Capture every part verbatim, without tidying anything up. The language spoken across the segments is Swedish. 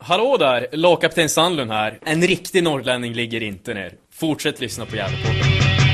Hallå där, lagkapten Sandlund här. En riktig norrlänning ligger inte ner. Fortsätt lyssna på Gävlepodden.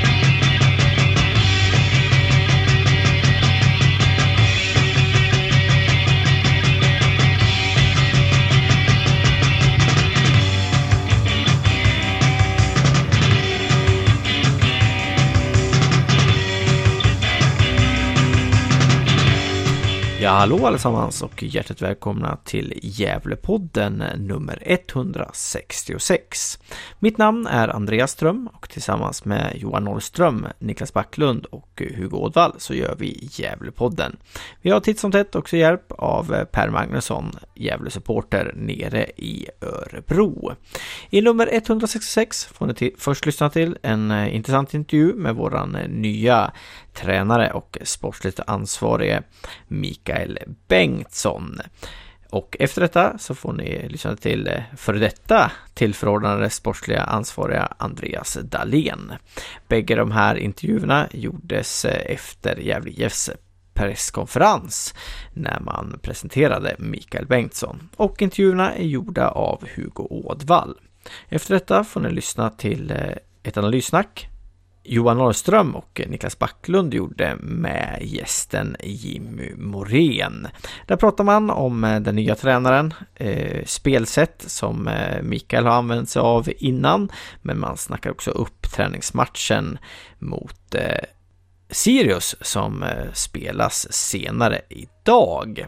Ja, hallå allesammans och hjärtligt välkomna till Gävlepodden nummer etthundrasextiosex. Mitt namn är Andreas Ström och tillsammans med Johan Norrström, Niklas Backlund och Hugo Ådvall så gör vi Gävlepodden. Vi har titt som tätt också hjälp av Per Magnusson, Gävle-supporter nere i Örebro. I nummer etthundrasextiosex får ni till, först lyssna till en intressant intervju med våran nya tränare och sportsligt ansvarige Mikael Bengtsson. Och efter detta så får ni lyssna till före detta tillförordnade sportsliga ansvariga Andreas Dahlén. Bägge de här intervjuerna gjordes efter Gävle I F:s presskonferens när man presenterade Mikael Bengtsson. Och intervjuerna är gjorda av Hugo Ådvall. Efter detta får ni lyssna till ett analyssnack Johan Norrström och Niklas Backlund gjorde med gästen Jimmy Morén. Där pratar man om den nya tränaren, eh, spelsätt som eh, Mikael har använt sig av innan, men man snackar också upp träningsmatchen mot eh, Sirius som eh, spelas senare idag.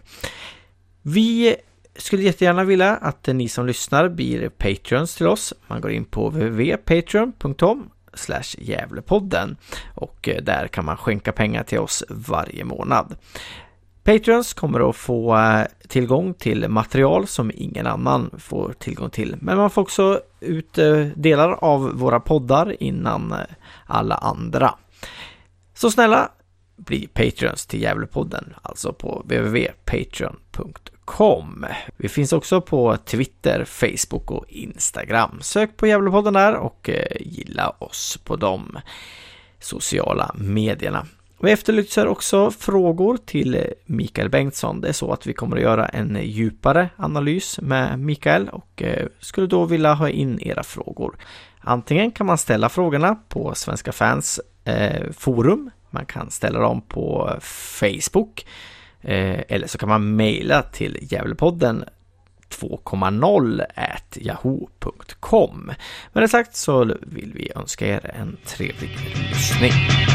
Vi skulle jättegärna vilja att ni som lyssnar blir Patreons till oss. Man går in på w w w punkt patreon punkt com slash Gävlepodden och där kan man skänka pengar till oss varje månad. Patreons kommer att få tillgång till material som ingen annan får tillgång till, men man får också ut delar av våra poddar innan alla andra. Så snälla, bli Patreons till Gävlepodden, alltså på w w w punkt patreon punkt com. Vi finns också på Twitter, Facebook och Instagram. Sök på Gävlepodden där och eh, gilla oss på de sociala medierna. Vi efterlyser också frågor till Mikael Bengtsson. Det är så att vi kommer att göra en djupare analys med Mikael och eh, skulle då vilja ha in era frågor. Antingen kan man ställa frågorna på Svenska Fans eh, forum. Man kan ställa dem på Facebook. Eh, eller så kan man mejla till Gävlepodden två punkt noll at yahoo punkt com. Men det sagt så vill vi önska er en trevlig lyssning.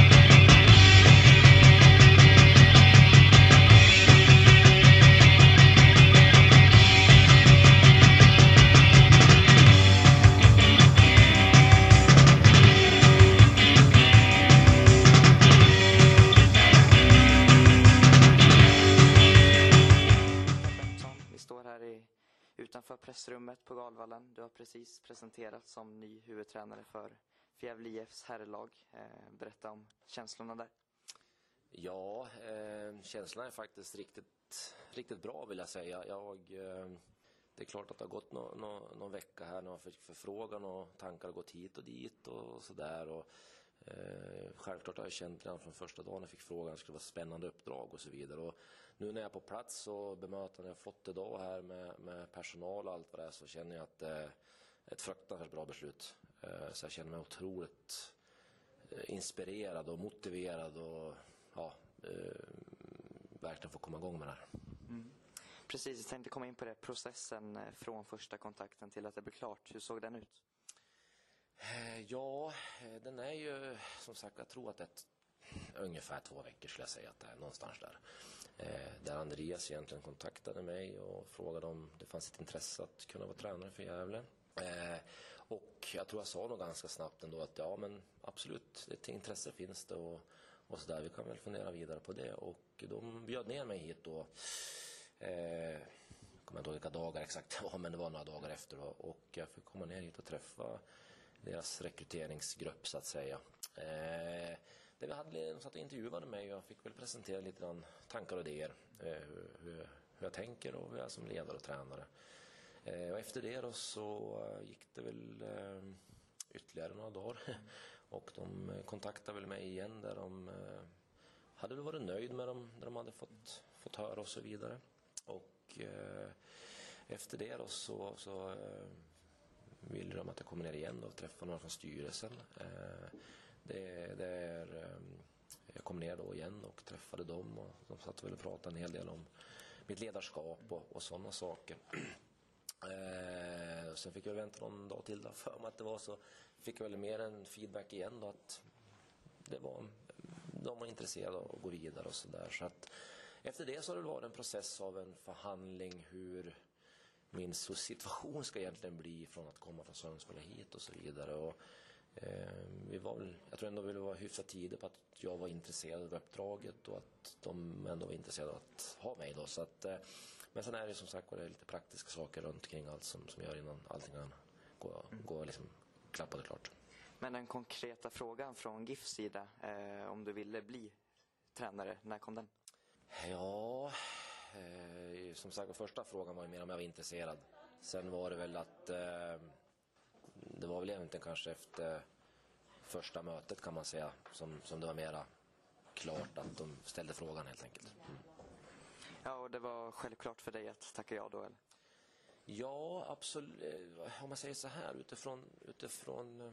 Utanför pressrummet på Galvallen. Du har precis presenterats som ny huvudtränare för Gävle I F:s herrlag. Berätta om känslorna där. Ja, eh, känslan är faktiskt riktigt, riktigt bra vill jag säga. Jag, eh, det är klart att det har gått no, no, någon vecka här när man fick förfrågan och tankar har gått hit och dit och sådär. Och, eh, självklart har jag känt redan från första dagen jag fick frågan att det skulle vara ett spännande uppdrag och så vidare. Och nu när jag är på plats och bemötande jag fått idag här med, med personal och allt vad det är så känner jag att det är ett fruktansvärt bra beslut. Eh, så jag känner mig otroligt eh, inspirerad och motiverad och ja, eh, verkligen få komma igång med det här. Mm. Precis, jag tänkte komma in på det. Processen från första kontakten till att det blev klart. Hur såg den ut? Eh, ja, den är ju som sagt, jag tror att det är ett, ungefär två veckor skulle jag säga att det är någonstans där. Eh, där Andreas egentligen kontaktade mig och frågade om det fanns ett intresse att kunna vara tränare för Gävle. Eh, och jag tror jag sa nog ganska snabbt ändå att ja men absolut, ett intresse finns det och, och så där, vi kan väl fundera vidare på det. Och de bjöd ner mig hit då, eh, jag kommer inte ihåg vilka dagar exakt det var, men det var några dagar efter då, och jag fick komma ner hit och träffa deras rekryteringsgrupp så att säga. Eh, Där vi hade, de satt och intervjuade mig och jag fick väl presentera lite grann tankar och idéer. Eh, hur, hur jag tänker och hur jag är som ledare och tränare. Eh, och efter det då så gick det väl eh, ytterligare några dagar. Och de kontaktade väl mig igen där de eh, hade väl varit nöjd med dem, där de hade fått, fått höra och så vidare. Och eh, efter det då så, så eh, ville de att jag kommer ner igen och träffar några från styrelsen. Eh, det, det är, eh, jag kom ner då igen och träffade dem och de satt väl och pratade en hel del om mitt ledarskap och, och sådana saker. Eh, sen fick jag vänta någon dag till då, för mig att det var så fick jag väl mer en feedback igen då, att det var, de var intresserade av att gå vidare och sådär. Så att efter det så har det varit en process av en förhandling hur min situation ska egentligen bli från att komma från Sundsvall hit och så vidare. Och, eh, vi var väl, jag tror ändå vi var hyfsat tidigt på att jag var intresserad av uppdraget och att de ändå var intresserade av att ha mig då. Så att, eh, men sen är det som sagt det lite praktiska saker runt kring allt som, som gör innan allting kan gå, gå liksom klappat och klart. Men den konkreta frågan från GIFs sida, eh, om du ville bli tränare, när kom den? Ja, eh, som sagt första frågan var ju mer om jag var intresserad. Sen var det väl att eh, det var väl egentligen kanske efter första mötet kan man säga som, som det var mera klart att de ställde frågan helt enkelt. Mm. Ja, och det var självklart för dig att tacka ja då, eller? Ja, absolut. Om man säger så här, utifrån, utifrån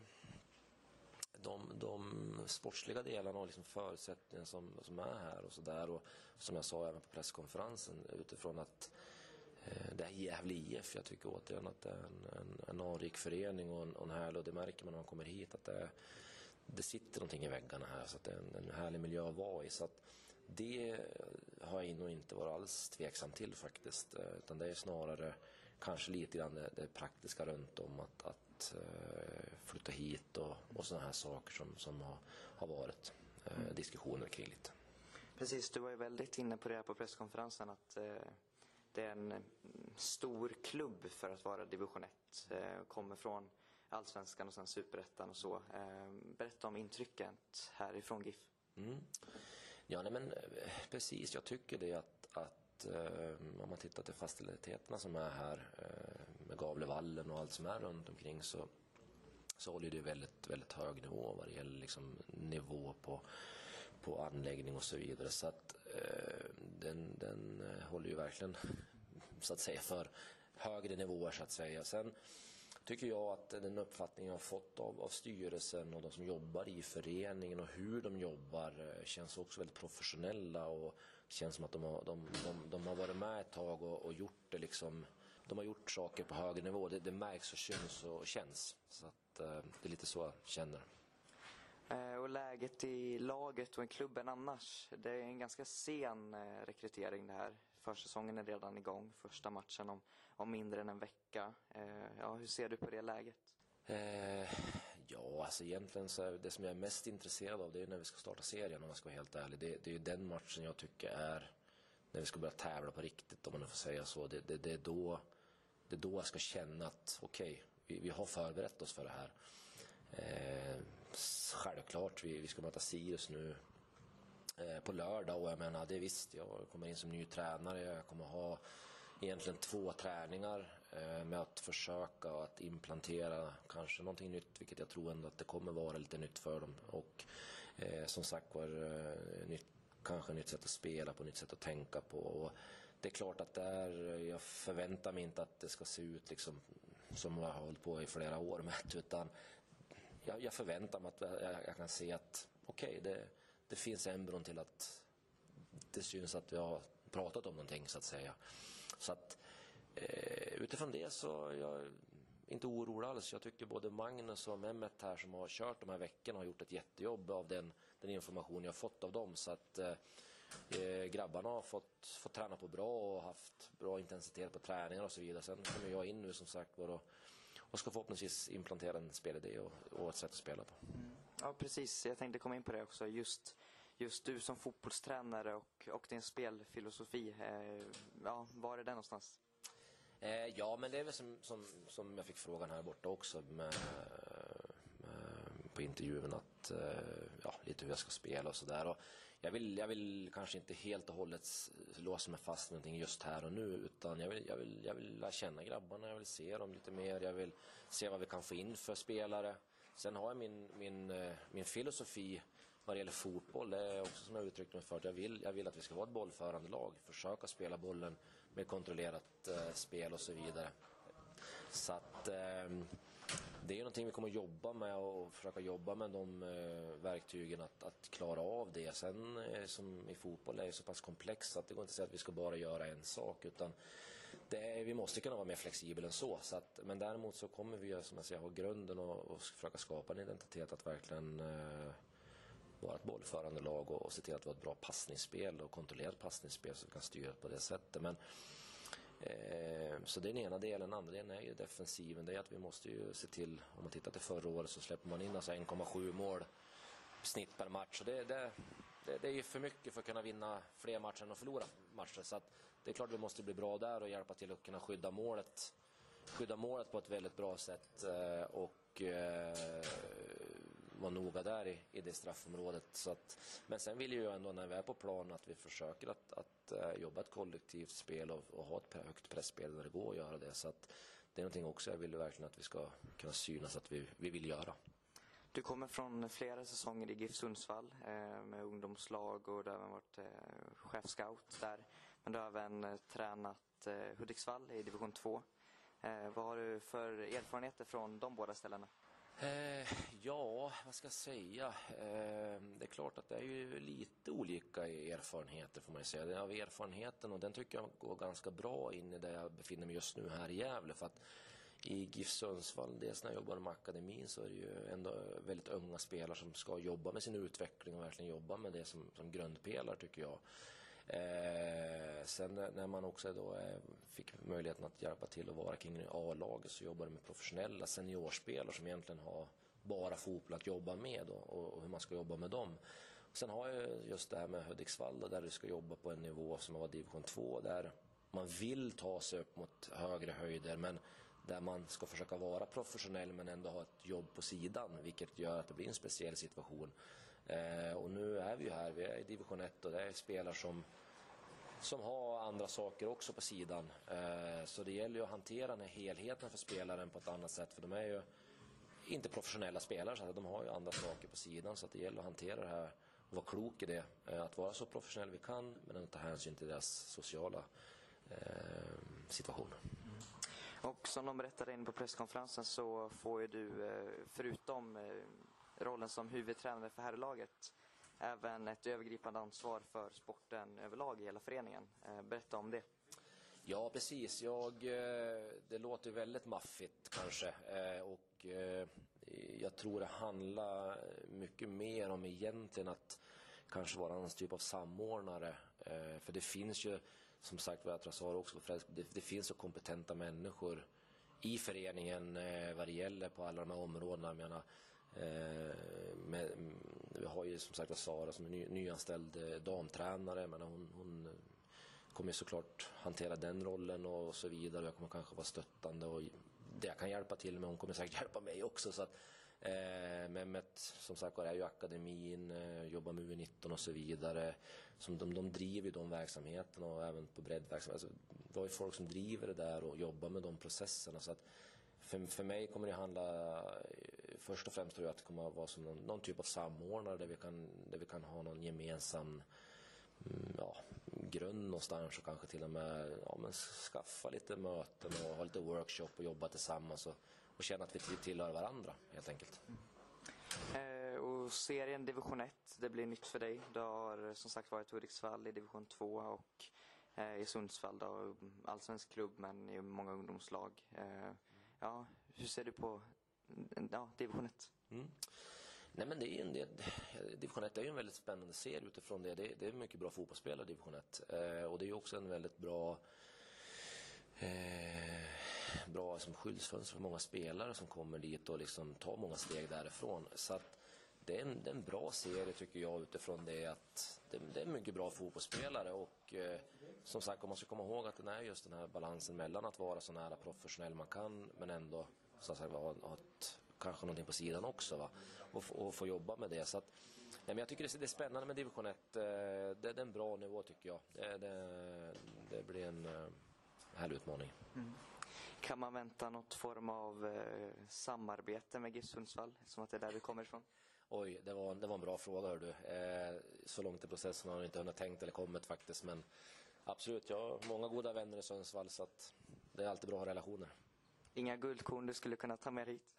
de, de sportsliga delarna och liksom förutsättningarna som, som är här och så där, och som jag sa även på presskonferensen, utifrån att eh, det är Gävle I F, jag tycker återigen att det är en, en, en anrik förening och en, och en härlig, och det märker man när man kommer hit att det, det sitter någonting i väggarna här, så att det är en, en härlig miljö att vara i, så att det har jag nog inte varit alls tveksam till faktiskt, utan det är snarare kanske lite grann det, det praktiska runt om att, att uh, flytta hit och, och sådana här saker som, som har, har varit uh, diskussioner kring lite. Precis, du var ju väldigt inne på det här på presskonferensen att uh, det är en stor klubb för att vara division ett, uh, kommer från Allsvenskan och sen Superettan och så. Uh, berätta om intrycket härifrån GIF. Mm. Ja, nej, men precis, jag tycker det att, att om man tittar till faciliteterna som är här med Gavlevallen och allt som är runt omkring, så, så håller det väldigt, väldigt hög nivå vad det gäller liksom nivå på, på anläggning och så vidare, så att den, den håller ju verkligen så att säga för högre nivåer så att säga. Sen tycker jag att den uppfattning jag har fått av, av styrelsen och de som jobbar i föreningen och hur de jobbar känns också väldigt professionella, och känns som att de har, de, de, de har varit med ett tag och, och gjort det liksom, de har gjort saker på hög nivå. Det, det märks och syns och känns, så att eh, det är lite så jag känner. Eh, och läget i laget och i klubben annars, det är en ganska sen eh, rekrytering det här. Försäsongen är redan igång, första matchen om, om mindre än en vecka. Eh, ja, hur ser du på det läget? Eh, ja, alltså egentligen så är det som jag är mest intresserad av, det är när vi ska starta serien, om jag ska vara helt ärlig. Det, det är ju den matchen jag tycker är när vi ska börja tävla på riktigt, om man får säga så. Det, det, det, är, då, det är då jag ska känna att okej, okay, vi, vi har förberett oss för det här. Eh, självklart, vi, vi ska möta Sirius nu på lördag, och jag menar det visst, jag kommer in som ny tränare, jag kommer ha egentligen två träningar eh, med att försöka att implantera kanske någonting nytt, vilket jag tror ändå att det kommer vara lite nytt för dem, och eh, som sagt var eh, nytt, kanske nytt sätt att spela på, nytt sätt att tänka på, och det är klart att där, jag förväntar mig inte att det ska se ut liksom som jag har hållit på i flera år med, utan jag, jag förväntar mig att jag, jag kan se att okej, okay, det Det finns embron till att det syns att vi har pratat om någonting så att säga. Så att eh, utifrån det så är jag inte orolig alls. Jag tycker både Magnus och Mehmet här som har kört de här veckorna har gjort ett jättejobb av den, den information jag har fått av dem. Så att eh, grabbarna har fått, fått träna på bra och haft bra intensitet på träningar och så vidare. Sen kommer jag in nu som sagt och, och ska förhoppningsvis implantera en spelidé och, och ett sätt att spela på. Mm. Ja, precis. Jag tänkte komma in på det också. Just, just du som fotbollstränare och, och din spelfilosofi. Eh, ja, var är den någonstans? Eh, ja, men det är väl som, som, som jag fick frågan här borta också med, med, på intervjun att eh, ja, lite hur jag ska spela och sådär. Jag vill, jag vill kanske inte helt och hållet låsa mig fast med någonting just här och nu, utan jag vill, jag vill, jag vill lära känna grabbarna, jag vill se dem lite mer, jag vill se vad vi kan få in för spelare. Sen har jag min, min, min filosofi vad det gäller fotboll, det är också som jag uttryckte mig för att jag vill, jag vill att vi ska vara ett bollförande lag, försöka spela bollen med kontrollerat eh, spel och så vidare. Så att eh, det är någonting vi kommer att jobba med och försöka jobba med de eh, verktygen att, att klara av det. Sen eh, som i fotboll är det så pass komplext att det går inte att säga att vi ska bara göra en sak, utan det är, vi måste kunna vara mer flexibel än så. Så att, men däremot så kommer vi, som jag säger, ha grunden och, och försöka skapa en identitet att verkligen eh, vara ett bollförande lag och, och se till att vi har ett bra passningsspel och kontrollerat passningsspel så vi kan styra på det sättet. Men Eh, så det är den ena delen. Den andra delen är ju defensiven. Det är att vi måste ju se till, om man tittar till förra året så släpper man in alltså en komma sju mål snitt per match. Så det, det, det, det är ju för mycket för att kunna vinna fler matcher än att förlora matcher. Så att det är klart att vi måste bli bra där och hjälpa till att kunna skydda målet skydda målet på ett väldigt bra sätt eh, och eh, vara noga där i, i det straffområdet. Så att, men sen vill ju ändå när vi är på plan att vi försöker att, att uh, jobba ett kollektivt spel och, och ha ett högt pressspel när det går att göra det. Så att det är någonting också jag vill verkligen att vi ska kunna synas att vi, vi vill göra. Du kommer från flera säsonger i GIF Sundsvall eh, med ungdomslag och du har även varit eh, chefscout där. Men du har även eh, tränat eh, Hudiksvall i division två. Eh, vad har du för erfarenheter från de båda ställena? Eh, ja, vad ska jag säga? Eh, det är klart att det är ju lite olika erfarenheter får man ju säga. Det av erfarenheten och den tycker jag går ganska bra in i där jag befinner mig just nu här i Gävle. För att i GIF Sundsvall, dels när jag jobbade med akademin så är det ju ändå väldigt unga spelare som ska jobba med sin utveckling och verkligen jobba med det som, som grundpelare tycker jag. Eh, sen när man också då eh, fick möjligheten att hjälpa till att vara kring A-laget så jobbade med professionella seniorspelare som egentligen har bara fotboll att jobba med då, och, och hur man ska jobba med dem. Och sen har jag just det här med Hudiksvall då, där du ska jobba på en nivå som var division två där man vill ta sig upp mot högre höjder men där man ska försöka vara professionell men ändå ha ett jobb på sidan, vilket gör att det blir en speciell situation. Eh, och nu är vi ju här, vi är i division ett och det är spelare som, som har andra saker också på sidan. Eh, så det gäller ju att hantera den här helheten för spelaren på ett annat sätt, för de är ju inte professionella spelare så att de har ju andra saker på sidan, så att det gäller att hantera det här och vara klok i det. Eh, att vara så professionell vi kan men att ta hänsyn till deras sociala eh, situation. Mm. Och som de berättade in på presskonferensen så får ju du, förutom rollen som huvudtränare för herrlaget, även ett övergripande ansvar för sporten överlag i hela föreningen. Berätta om det. Ja, precis. Jag, det låter väldigt maffigt kanske. Och jag tror det handlar mycket mer om egentligen att kanske vara en typ av samordnare. För det finns ju, som sagt vad jag sa också, det, det finns så kompetenta människor i föreningen eh, vad det gäller på alla de här områdena. Jag menar, eh, med, vi har ju som sagt Sara som är ny, nyanställd eh, damtränare, men hon, hon kommer såklart hantera den rollen och så vidare. Jag kommer kanske vara stöttande och det jag kan hjälpa till med, hon kommer säkert hjälpa mig också. Så att, eh, Mehmet som sagt är ju akademin, eh, jobbar med U nitton och så vidare. Som de, de driver ju de verksamheterna och även på breddverksamhet. Alltså, det var ju folk som driver det där och jobbar med de processerna. Så att för, för mig kommer det handla först och främst tror jag att det kommer att vara som någon, någon typ av samordnare där vi kan, där vi kan ha någon gemensam ja, grund någonstans och kanske till och med ja, men skaffa lite möten och ha lite workshop och jobba tillsammans och, och känna att vi tillhör varandra helt enkelt. Mm. Eh, och serien division ett, det blir nytt för dig. Du har som sagt varit i Hudiksvall i division två och eh, i Sundsvall då, allsvensk klubb men i många ungdomslag. Eh, ja, hur ser du på ja, division ett? Mm. Nej, men det är en del, division ett är ju en väldigt spännande serie utifrån det. Det, det är mycket bra fotbollsspelare i division ett. Eh, och det är ju också en väldigt bra eh, bra som skyddsfönster för många spelare som kommer dit och liksom tar många steg därifrån. Så att det är en, det är en bra serie tycker jag utifrån det att det, det är mycket bra fotbollsspelare och eh, som sagt, man ska komma ihåg att det är just den här balansen mellan att vara så nära professionell man kan men ändå så att säga, ha, ha ett kanske någonting på sidan också va? Och, och få jobba med det så att, nej, men jag tycker det är, det är spännande med division ett, det, det är en bra nivå tycker jag det, det, det blir en uh, härlig utmaning. Mm. Kan man vänta något form av uh, samarbete med GIF Sundsvall som att det är där du kommer ifrån? Oj, det var, det var en bra fråga hör du. Eh, så långt i processen har jag inte hunnit tänkt eller kommit faktiskt men Absolut, jag har många goda vänner i Sundsvall så att det är alltid bra att ha relationer. Inga guldkorn du skulle kunna ta med hit?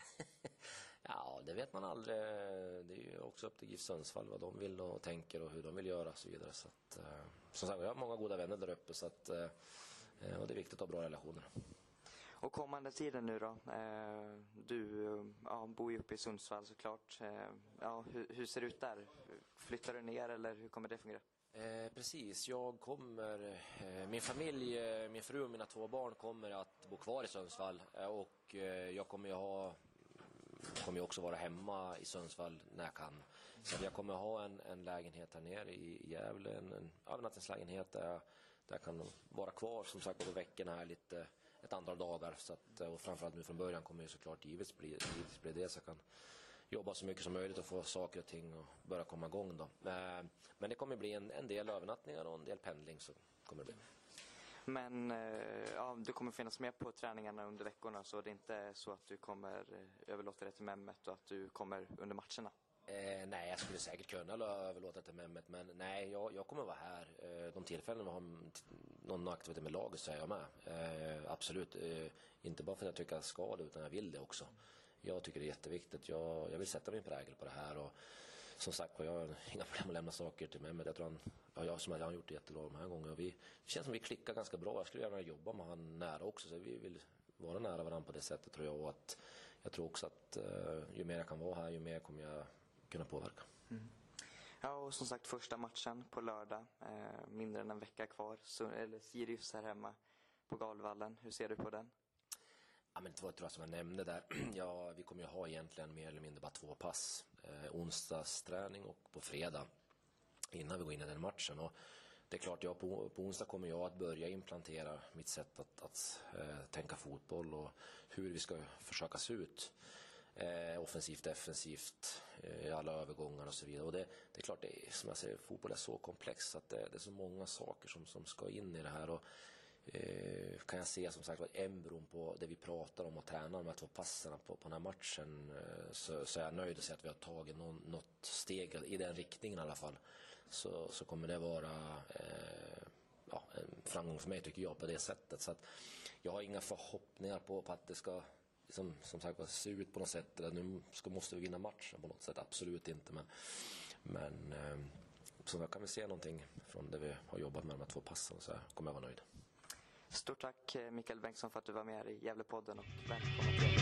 Ja, det vet man aldrig. Det är ju också upp till GIF Sundsvall vad de vill och tänker och hur de vill göra och så vidare. Så att, eh, som sagt, jag har många goda vänner där uppe så att, eh, och det är viktigt att ha bra relationer. Och kommande tiden nu då? Eh, du ja, bor ju uppe i Sundsvall såklart. Eh, ja, hur, hur ser det ut där? Flyttar du ner eller hur kommer det fungera? Eh, precis, jag kommer, eh, min familj, eh, min fru och mina två barn kommer att bo kvar i Sundsvall eh, och eh, jag kommer ju ha, kommer ju också vara hemma i Sundsvall när jag kan. Så jag kommer ha en, en lägenhet här nere i Gävle, en, en övernattningslägenhet där jag, där jag kan vara kvar som sagt på veckorna här lite, ett antal dagar. Så att, och framförallt nu från början kommer ju såklart givetvis bli, givetvis bli det så jag kan jobba så mycket som möjligt och få saker och ting och börja komma igång då. Men det kommer bli en, en del övernattningar och en del pendling så kommer det bli. Men ja, du kommer finnas med på träningarna under veckorna så det är inte så att du kommer överlåta det till Mehmet och att du kommer under matcherna? Eh, nej, jag skulle säkert kunna överlåta till Mehmet men nej, jag, jag kommer vara här. Eh, de tillfällen vi har någon aktivitet med laget så är jag med. Eh, absolut, eh, inte bara för att jag tycker att jag ska det utan jag vill det också. Jag tycker det är jätteviktigt. Jag, jag vill sätta min prägel på det här och som sagt jag har inga problem att lämna saker till mig men jag tror han, ja, jag som jag har gjort det jättebra de här gångerna och vi det känns som vi klickar ganska bra. Jag skulle gärna jobba med han nära också så vi vill vara nära varandra på det sättet tror jag och att jag tror också att uh, ju mer jag kan vara här ju mer kommer jag kunna påverka. Mm. Ja och som sagt första matchen på lördag eh, mindre än en vecka kvar så, eller Sirius här hemma på Galvallen. Hur ser du på den? Ja, men det var tror jag som jag nämnde där. Ja, vi kommer ju ha egentligen mer eller mindre bara två pass. Eh, onsdagsträning och på fredag innan vi går in i den matchen. Och det är klart, jag på, på onsdag kommer jag att börja implantera mitt sätt att, att eh, tänka fotboll och hur vi ska försöka se ut. Eh, offensivt, defensivt, i eh, alla övergångar och så vidare. Och det, det är klart, det är, som jag säger, fotboll är så komplext att det, det är så många saker som, som ska in i det här. Och Eh, kan jag se som sagt var embron på det vi pratar om och tränar de här två passerna på, på den här matchen eh, så, så är jag nöjd att se att vi har tagit någon, något steg i den riktningen i alla fall så, så kommer det vara eh, ja, en framgång för mig tycker jag på det sättet så att jag har inga förhoppningar på, på att det ska liksom, som sagt se ut på något sätt eller nu ska, måste vi vinna matchen på något sätt, absolut inte men, men eh, så jag kan vi se någonting från det vi har jobbat med de här två passen så kommer jag vara nöjd. Stort tack Mikael Bengtsson för att du var med här i Gävlepodden och välkommen till.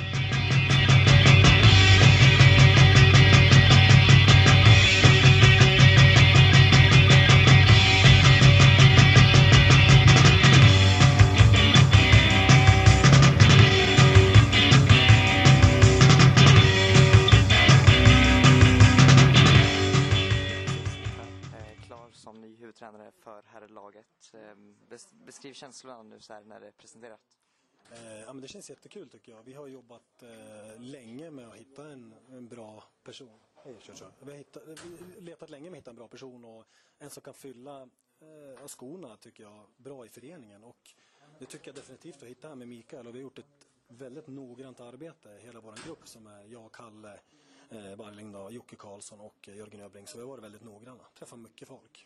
Som ny huvudtränare för herrlaget. Beskriv känslorna nu så här när det är presenterat. Eh, ja, men det känns jättekul tycker jag. Vi har jobbat eh, länge med att hitta en, en bra person. Hej, kör, kör. Vi har hittat, letat länge med att hitta en bra person och en som kan fylla eh, skorna tycker jag bra i föreningen. Och det tycker jag definitivt att hitta här med Mikael och vi har gjort ett väldigt noggrant arbete hela vår grupp som är jag, Kalle, eh, Barling, då, Jocke Karlsson och eh, Jörgen Öbring. Så vi har varit väldigt noggranna. Träffat mycket folk.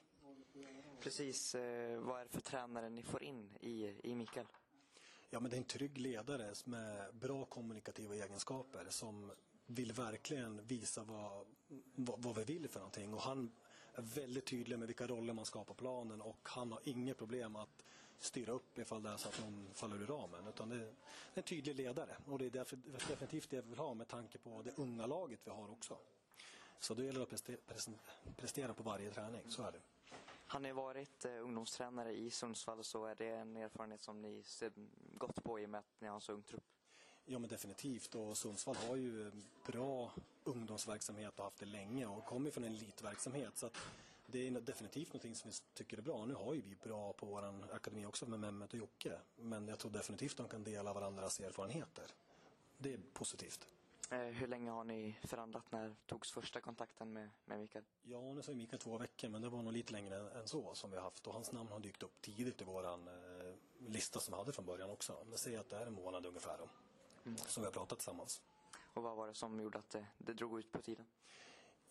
Precis, eh, vad är det för tränare ni får in i, i Mikael? Ja, men det är en trygg ledare med bra kommunikativa egenskaper som vill verkligen visa vad, vad, vad vi vill för någonting. Och han är väldigt tydlig med vilka roller man ska på planen och han har inget problem att styra upp ifall det är så att någon faller ur ramen. Utan det är en tydlig ledare och det är därför, definitivt det vi vill ha med tanke på det unga laget vi har också. Så det gäller att prestera, prestera på varje träning, så är det. Han har varit eh, ungdomstränare i Sundsvall så är det en erfarenhet som ni ser gott på i och med att ni har en så ung trupp? Ja men definitivt och Sundsvall har ju bra ungdomsverksamhet och haft det länge och kommer från en elitverksamhet så att det är definitivt någonting som vi tycker är bra. Nu har ju vi bra på vår akademi också med Mehmet och Jocke men jag tror definitivt att de kan dela varandras erfarenheter. Det är positivt. Hur länge har ni förhandlat? När togs första kontakten med, med Mikael? Ja, nu så är Mikael två veckor men det var nog lite längre än så som vi har haft och hans namn har dykt upp tidigt i våran eh, lista som vi hade från början också. Men säger att det är en månad ungefär då, mm. som vi har pratat tillsammans. Och vad var det som gjorde att det, det drog ut på tiden?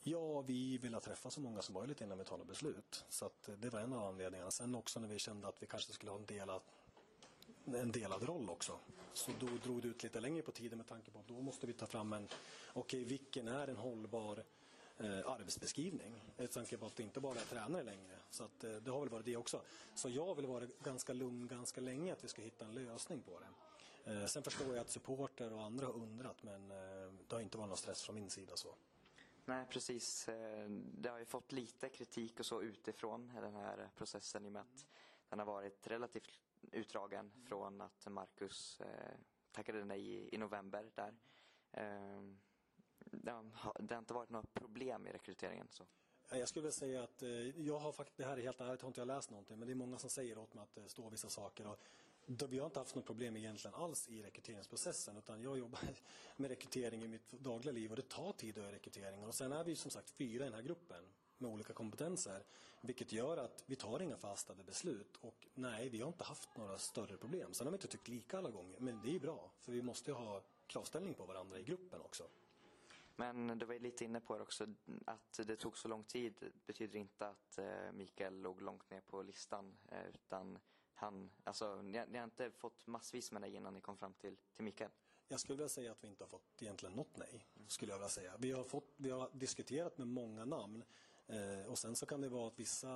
Ja, vi ville träffa så många som möjligt innan vi tar något beslut. Så att det var en av anledningarna. Sen också när vi kände att vi kanske skulle ha en delad, en delad roll också. Så då drog det ut lite längre på tiden med tanke på att då måste vi ta fram en, okej, okay, vilken är en hållbar eh, arbetsbeskrivning? Jag tänker på att det inte bara är tränare längre. Så att, eh, det har väl varit det också. Så jag vill vara ganska lugn ganska länge att vi ska hitta en lösning på det. Eh, sen förstår jag att supporter och andra har undrat, men eh, det har inte varit någon stress från min sida så. Nej, precis. Det har ju fått lite kritik och så utifrån den här processen i och med att den har varit relativt utdragen från att Marcus eh, tackade nej i, i november där. Eh, det, har, det har inte varit några problem i rekryteringen så. Jag skulle vilja säga att eh, jag har faktiskt, det här är helt ärligt, har inte jag läst någonting, men det är många som säger åt mig att det står vissa saker och då, vi har inte haft något problem egentligen alls i rekryteringsprocessen, utan jag jobbar med rekrytering i mitt dagliga liv och det tar tid att göra rekryteringen. Och sen är vi som sagt fyra i den här gruppen med olika kompetenser, vilket gör att vi tar inga fastade beslut. Och nej, vi har inte haft några större problem. Sen har vi inte tyckt lika alla gånger, men det är bra, för vi måste ju ha kravställning på varandra i gruppen också. Men du var ju lite inne på det också, att det tog så lång tid betyder inte att eh, Mikael låg långt ner på listan, eh, utan han, alltså, ni, ni har inte fått massvis med nej innan ni kom fram till, till Mikael? Jag skulle vilja säga att vi inte har fått egentligen något nej, skulle jag vilja säga. Vi har, fått, vi har diskuterat med många namn eh, och sen så kan det vara att vissa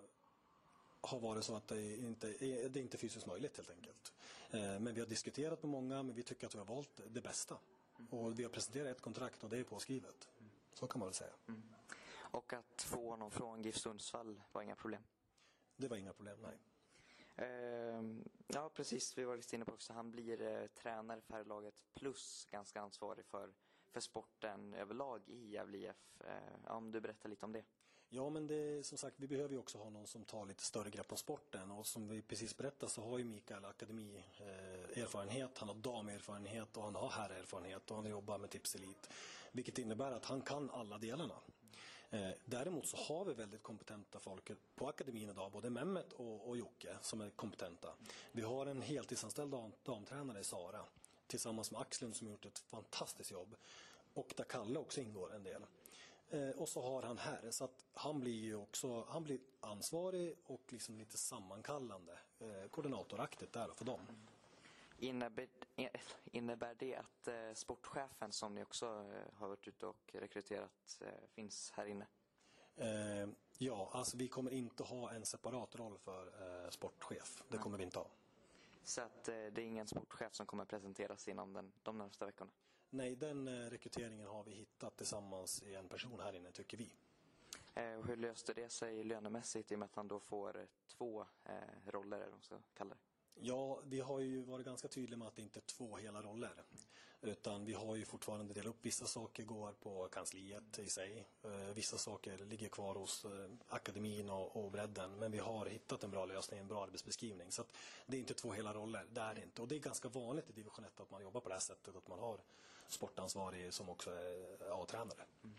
har varit så att det inte det är inte fysiskt möjligt helt enkelt. Eh, men vi har diskuterat med många, men vi tycker att vi har valt det bästa. Och vi har presenterat ett kontrakt och det är påskrivet. Så kan man väl säga. Mm. Och att få honom från GIF Sundsvall var inga problem? Det var inga problem, nej. Uh, ja, precis. Vi var lite inne på också. Han blir uh, tränare för laget plus ganska ansvarig för, för sporten överlag i Gävle I F. Uh, om du berättar lite om det. Ja, men det, som sagt, vi behöver ju också ha någon som tar lite större grepp om sporten. Och som vi precis berättade så har ju Mikael akademi eh, erfarenhet, han har damerfarenhet och han har herrerfarenhet och han jobbar med Tipselit. Vilket innebär att han kan alla delarna. Eh, däremot så har vi väldigt kompetenta folk på akademin idag, både Mehmet och, och Jocke som är kompetenta. Vi har en heltidsanställd dam, damtränare i Sara tillsammans med Axlund som gjort ett fantastiskt jobb. Och där Kalle också ingår en del. Eh, och så har han här, så att han blir ju också han blir ansvarig och liksom lite sammankallande, eh, koordinatoraktigt där för dem. Innebär, innebär det att eh, sportchefen som ni också eh, har varit ute och rekryterat eh, finns här inne? Eh, ja, alltså vi kommer inte ha en separat roll för eh, sportchef. Det kommer vi inte ha. Så att eh, det är ingen sportchef som kommer presenteras inom den, de närmaste veckorna? Nej, den eh, rekryteringen har vi hittat tillsammans i en person här inne, tycker vi. Eh, och hur löste det sig lönemässigt i och med att han då får eh, två eh, roller, eller vad man ska kalla det? Ja, vi har ju varit ganska tydliga med att det inte är två hela roller. Utan vi har ju fortfarande delat upp. Vissa saker går på kansliet i sig. Eh, vissa saker ligger kvar hos eh, akademin och, och bredden. Men vi har hittat en bra lösning, en bra arbetsbeskrivning. Så att det är inte två hela roller, det är det inte. Och det är ganska vanligt i division ett att man jobbar på det här sättet. Att man har sportansvarig som också är A-tränare. Mm.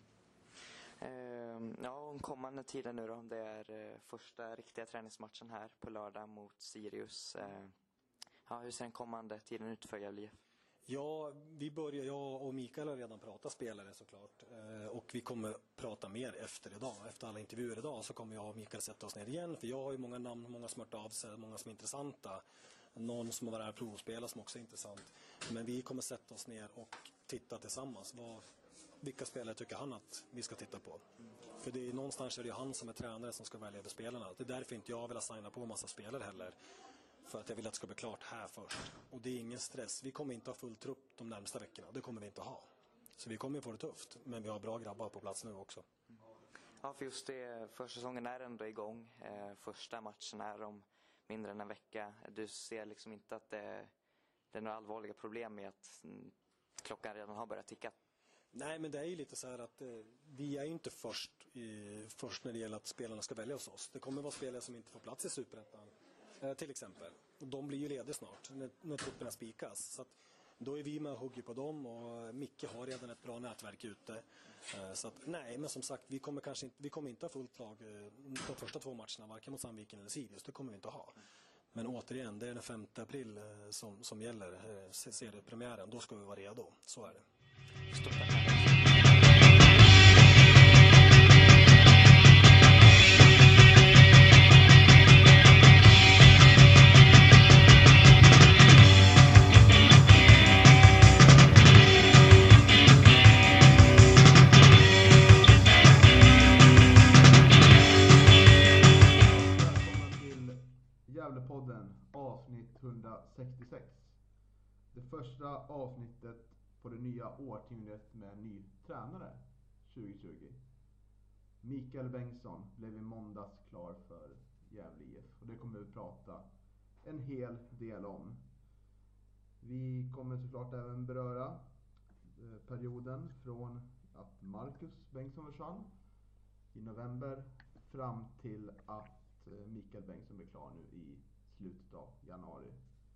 Uh, ja, om kommande tiden nu då, det är uh, första riktiga träningsmatchen här på lördag mot Sirius. Uh, ja, hur ser den kommande tiden ut för Gävle I F? Ja, vi börjar, jag och Mikael har redan pratat spelare såklart. Uh, och vi kommer prata mer efter idag. Efter alla intervjuer idag så kommer jag och Mikael sätta oss ner igen. För jag har ju många namn, många som hört av sig, många som är intressanta. Någon som har varit här och provspelat som också är intressant. Men vi kommer sätta oss ner och titta tillsammans. Vad Vilka spelare tycker han att vi ska titta på? Mm. För det är någonstans är det han som är tränare som ska välja över spelarna. Det är därför inte jag vill signa på en massa spelare heller. För att jag vill att det ska bli klart här först. Och det är ingen stress. Vi kommer inte ha full trupp de närmsta veckorna. Det kommer vi inte ha. Så vi kommer få det tufft. Men vi har bra grabbar på plats nu också. Mm. Ja, för just det. Försäsongen är ändå igång. Eh, första matchen är om mindre än en vecka. Du ser liksom inte att det, det är några allvarliga problem med att mm, klockan redan har börjat ticka? Nej, men det är ju lite så här att eh, vi är inte först, i, först när det gäller att spelarna ska välja hos oss. Det kommer vara spelare som inte får plats i Superettan, eh, till exempel. Och de blir ju lediga snart, när, när trupperna spikas. Så att, då är vi med och hugger på dem och Micke har redan ett bra nätverk ute. Eh, så att, nej, men som sagt, vi kommer, kanske inte, vi kommer inte ha fullt lag eh, de första två matcherna, varken mot Sandviken eller Sirius. Det kommer vi inte ha. Men återigen, det är den femte april eh, som, som gäller eh, seriepremiären. Då ska vi vara redo, så är det. Stort tack. första avsnittet på det nya årtiondet med en ny tränare tjugo tjugo. Mikael Bengtsson blev i måndags klar för Gävle I F och det kommer vi prata en hel del om. Vi kommer såklart även beröra perioden från att Marcus Bengtsson försvann i november fram till att Mikael Bengtsson blir klar nu i slutet av januari.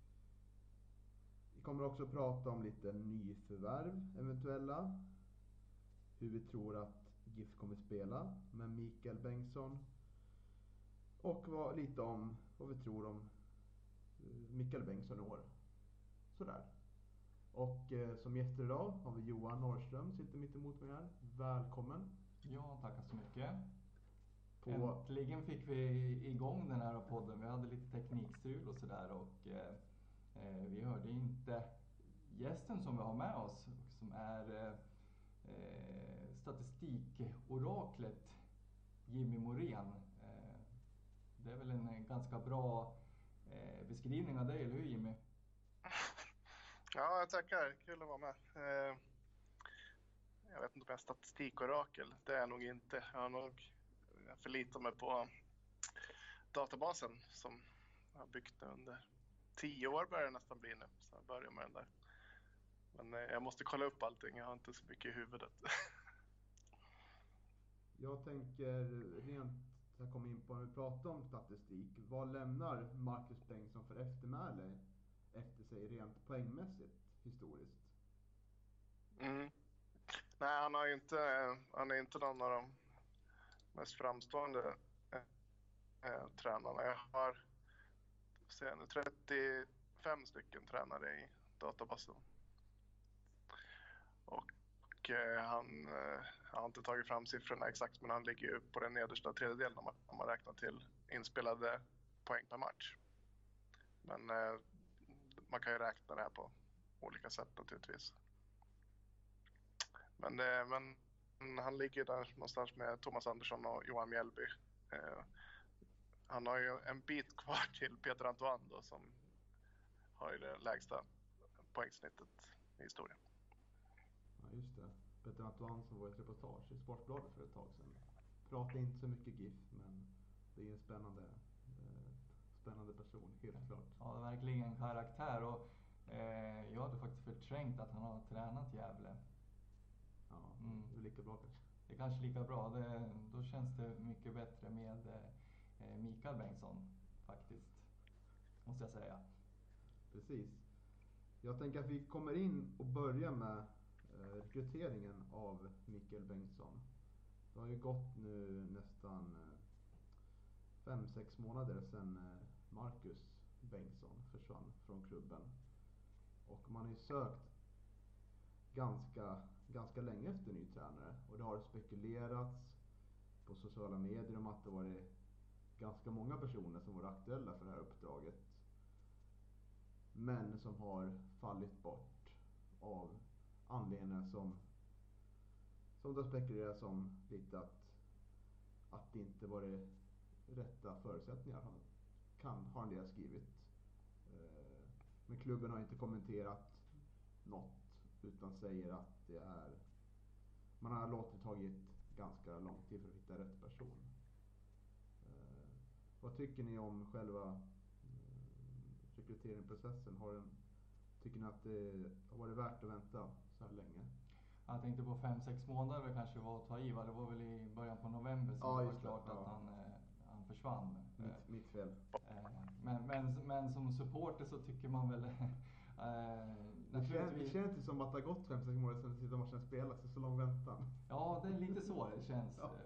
Vi kommer också prata om lite nyförvärv eventuella. Hur vi tror att G I F kommer spela med Mikael Bengtsson. Och vad, lite om vad vi tror om Mikael Bengtsson i år. Sådär. Och eh, som gäster idag har vi Johan Norrström, sitter mitt emot mig här. Välkommen. Ja, tackar så mycket. På... Äntligen fick vi igång den här podden. Vi hade lite teknikstrul och sådär. Och eh, vi hörde inte gästen som vi har med oss. Som är eh, statistikoraklet Jimmy Morén. Eh, det är väl en ganska bra eh, beskrivning av dig, eller hur Jimmy? Ja, jag tackar. Kul att vara med. Eh, jag vet inte om jag är statistikorakel. Det är jag nog inte. Jag har nog förlitat mig på databasen som jag har byggt under tio år börjar det nästan bli nu. Så jag börjar med den där. Men eh, jag måste kolla upp allting. Jag har inte så mycket i huvudet. Jag tänker rent, jag kommer in på när vi pratar om statistik. Vad lämnar Marcus Bengtsson för eftermäle efter sig rent poängmässigt historiskt? Mm. Nej, han har ju inte, han är inte någon av de mest framstående eh, eh, tränarna. Jag har sen trettiofem stycken tränare i databasen. Och, och eh, han eh, har inte tagit fram siffrorna exakt, men han ligger ju på den nedersta tredjedelen om man, om man räknar till inspelade poäng per match. Men eh, man kan ju räkna det här på olika sätt naturligtvis. Men, det, men han ligger där någonstans med Thomas Andersson och Johan Mjällby. Eh, han har ju en bit kvar till Peter Antoine då, som har ju det lägsta poängsnittet i historien. Ja, just det. Peter Antoine som var ett reportage i Sportbladet för ett tag sedan. Pratade inte så mycket G I F, men det är en spännande eh, spännande person, helt klart. Ja, det är verkligen en karaktär och eh, jag hade faktiskt förträngt att han har tränat Gävle. Ja, Mm. det är lika bra kanske. Det är kanske lika bra. Det, då känns det mycket bättre med eh, Mikael Bengtsson faktiskt, måste jag säga. Precis. Jag tänker att vi kommer in och börjar med eh, rekryteringen av Mikael Bengtsson. Det har ju gått nu nästan eh, fem, sex månader sedan eh, Marcus Bengtsson försvann från klubben. Och man har ju sökt ganska, ganska länge efter ny tränare. Och det har spekulerats på sociala medier om att det var ganska många personer som var aktuella för det här uppdraget. Men som har fallit bort av anledningar som som det spekuleras om lite att att det inte var det rätta förutsättningar kan har en del skrivit. Men klubben har inte kommenterat något utan säger att det är man har låtit tagit ganska lång tid för att hitta rätt person. Vad tycker ni om själva rekryteringsprocessen? Har den, tycker ni att det har varit värt att vänta så här länge? Jag tänkte på fem sex månader kanske var att ta i. Det var väl i början på november som ja, det var det, klart ja. att han, han försvann. Mitt, mitt fel. Men, men, men som supporter så tycker man väl... det, känns, vi... det känns inte som att det har gått fem sex månader sedan sista matchen spelas. Det är så lång väntan. Ja, det är lite så det känns. Ja.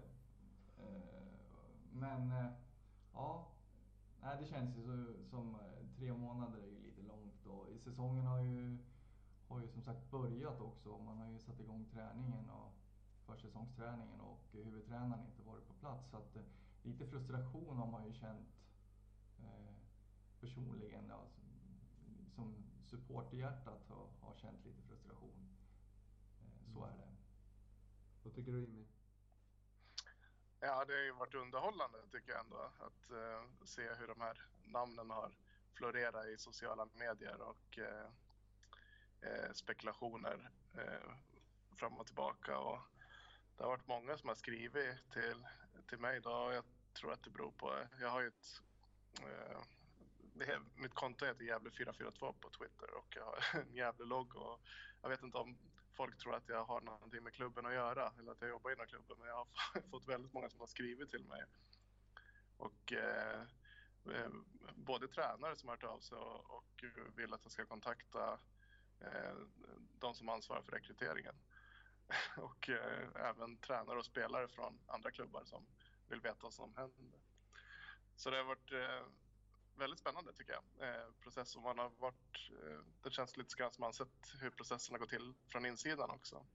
Men ja... Nej, det känns ju så, som tre månader är ju lite långt och i säsongen har ju, har ju som sagt börjat också. Man har ju satt igång träningen och försäsongsträningen och huvudtränaren inte varit på plats. Så att lite frustration har man ju känt eh, personligen. Ja, som, som supporterhjärtat har, har känt lite frustration. Eh, så är det. Vad tycker du Jimmy? Ja, det har ju varit underhållande tycker jag ändå att uh, se hur de här namnen har florerat i sociala medier och uh, eh, spekulationer eh, fram och tillbaka. Och det har varit många som har skrivit till, till mig då. Jag tror att det beror på, jag har ju ett, eh, det är, mitt konto heter Gävle fyra fyra två på Twitter och jag har en Gävle-logg och jag vet inte om folk tror att jag har någonting med klubben att göra eller att jag jobbar inom klubben, men jag har fått väldigt många som har skrivit till mig. Och eh, både tränare som har hört av sig och, och vill att jag ska kontakta eh, de som ansvarar för rekryteringen. Och eh, även tränare och spelare från andra klubbar som vill veta vad som händer. Så det har varit eh, väldigt spännande tycker jag. Eh, process som man har varit, eh, det känns lite grann som man sett hur processerna går till från insidan också.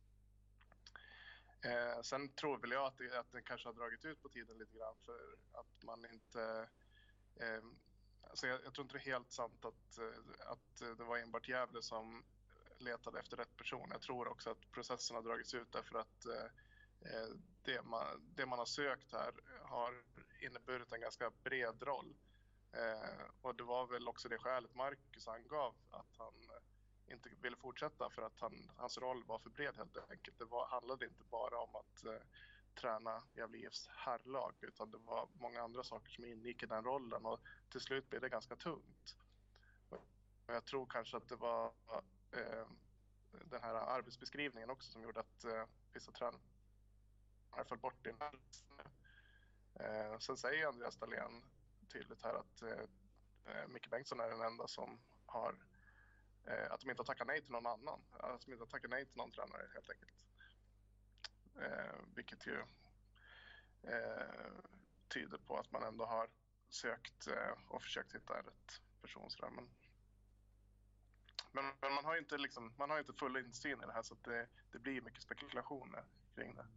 Eh, sen tror väl jag att det, att det kanske har dragit ut på tiden lite grann för att man inte... Eh, alltså jag, jag tror inte det är helt sant att, att det var enbart Gävle som letade efter rätt person. Jag tror också att processen har dragits ut därför att eh, det, man, det man har sökt här har inneburit en ganska bred roll. Eh, och det var väl också det skälet Marcus angav att han inte ville fortsätta för att han, hans roll var för bred helt enkelt. Det var, handlade inte bara om att eh, träna Gävle I F:s herrlag utan det var många andra saker som ingick i den rollen och till slut blev det ganska tungt. Och jag tror kanske att det var eh, den här arbetsbeskrivningen också som gjorde att eh, vissa tränare föll bort i den. Eh, sen säger Andreas Dahlén tydligt här att eh, Micke Bengtsson är den enda som har eh, att de inte har tackat nej till någon annan. Att de inte har tackat nej till någon tränare helt enkelt. Eh, vilket ju eh, tyder på att man ändå har sökt eh, och försökt hitta en rätt person. Sådär. Men, men, men man har ju inte, liksom, man har inte full insyn i det här så att det, det blir mycket spekulationer kring det.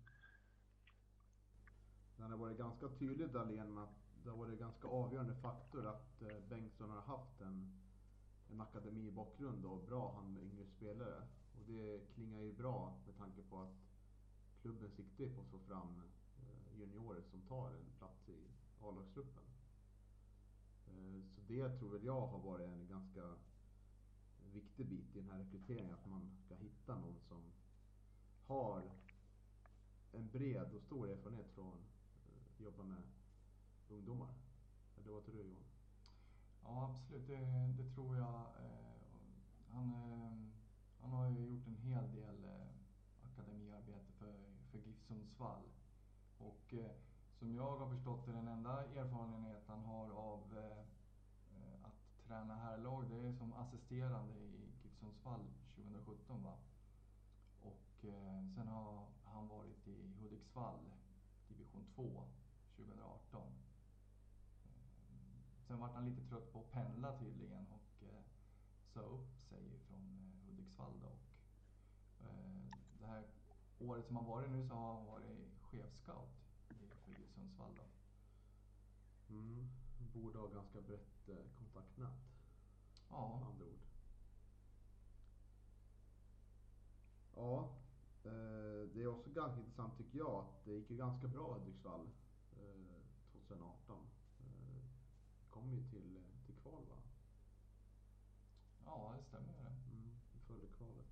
Det har varit ganska tydligt Dahlén med att det har varit ganska avgörande faktor att eh, Bengtsson har haft en, en akademibakgrund och bra hand med yngre spelare. Och det klingar ju bra med tanke på att klubben siktar på att få fram eh, juniorer som tar en plats i A-lagsgruppen. Eh, så det tror väl jag har varit en ganska viktig bit i den här rekryteringen, att man ska hitta någon som har en bred och stor erfarenhet från att eh, jobba med ungdomar. Eller vad tror du Johan? Ja absolut, det, det tror jag. Eh, han, eh, han har ju gjort en hel del eh, akademiarbete för, för GIF Sundsvall. Och eh, som jag har förstått är den enda erfarenhet han har av eh, att träna herrlag, det är som assisterande i GIF Sundsvall tjugohundrasjutton va. Och eh, sen har han varit i Hudiksvall, division två, tjugohundraarton. Eh, sen var han lite trött på att pendla tydligen och eh, sa upp sig från eh, Hudiksvall då. Och eh, det här året som han varit nu så har han varit chefscout för GIF Sundsvall då. Mm, borde ha ganska brett eh, kontaktnät. Ja. Med andra ord. Ja, eh, det är också ganska intressant tycker jag att det gick ju ganska bra i Hudiksvall eh, tjugoarton. Eh, kom ju till, till kval va? Ja, det stämmer det. Mm, följde kvalet.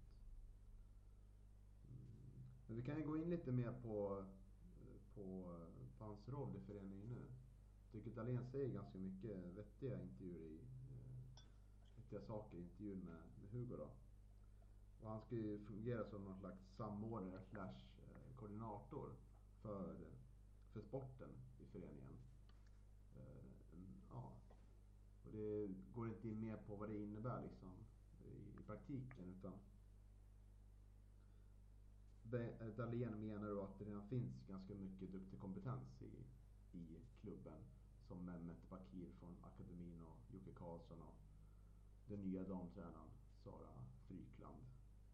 Mm. Men vi kan ju gå in lite mer på, på, på hans roll i föreningen nu. Jag tycker Dahlén säger ganska mycket vettiga intervjuer i eh, vettiga saker i intervjun med, med Hugo då. Och han ska ju fungera som någon slags samordnare slash eh, koordinator för, för sporten i föreningen. Eh, ja. Och det går inte in mer på vad det innebär liksom i, i praktiken utan Dahlén menar då att det redan finns ganska mycket duktig kompetens i, i klubben som Mehmet Bakir från akademin och Jocke Karlsson och den nya damtränaren Sara Frykland.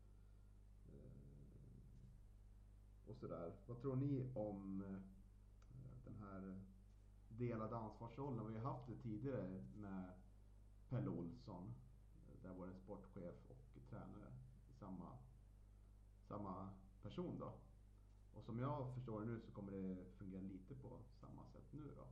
Eh, och sådär. Vad tror ni om eh, den här delade ansvarsrollen? Vi har haft det tidigare med Pelle Olsson där var en sportchef och tränare i samma, samma person då. Och som jag förstår nu så kommer det fungera lite på samma sätt nu då.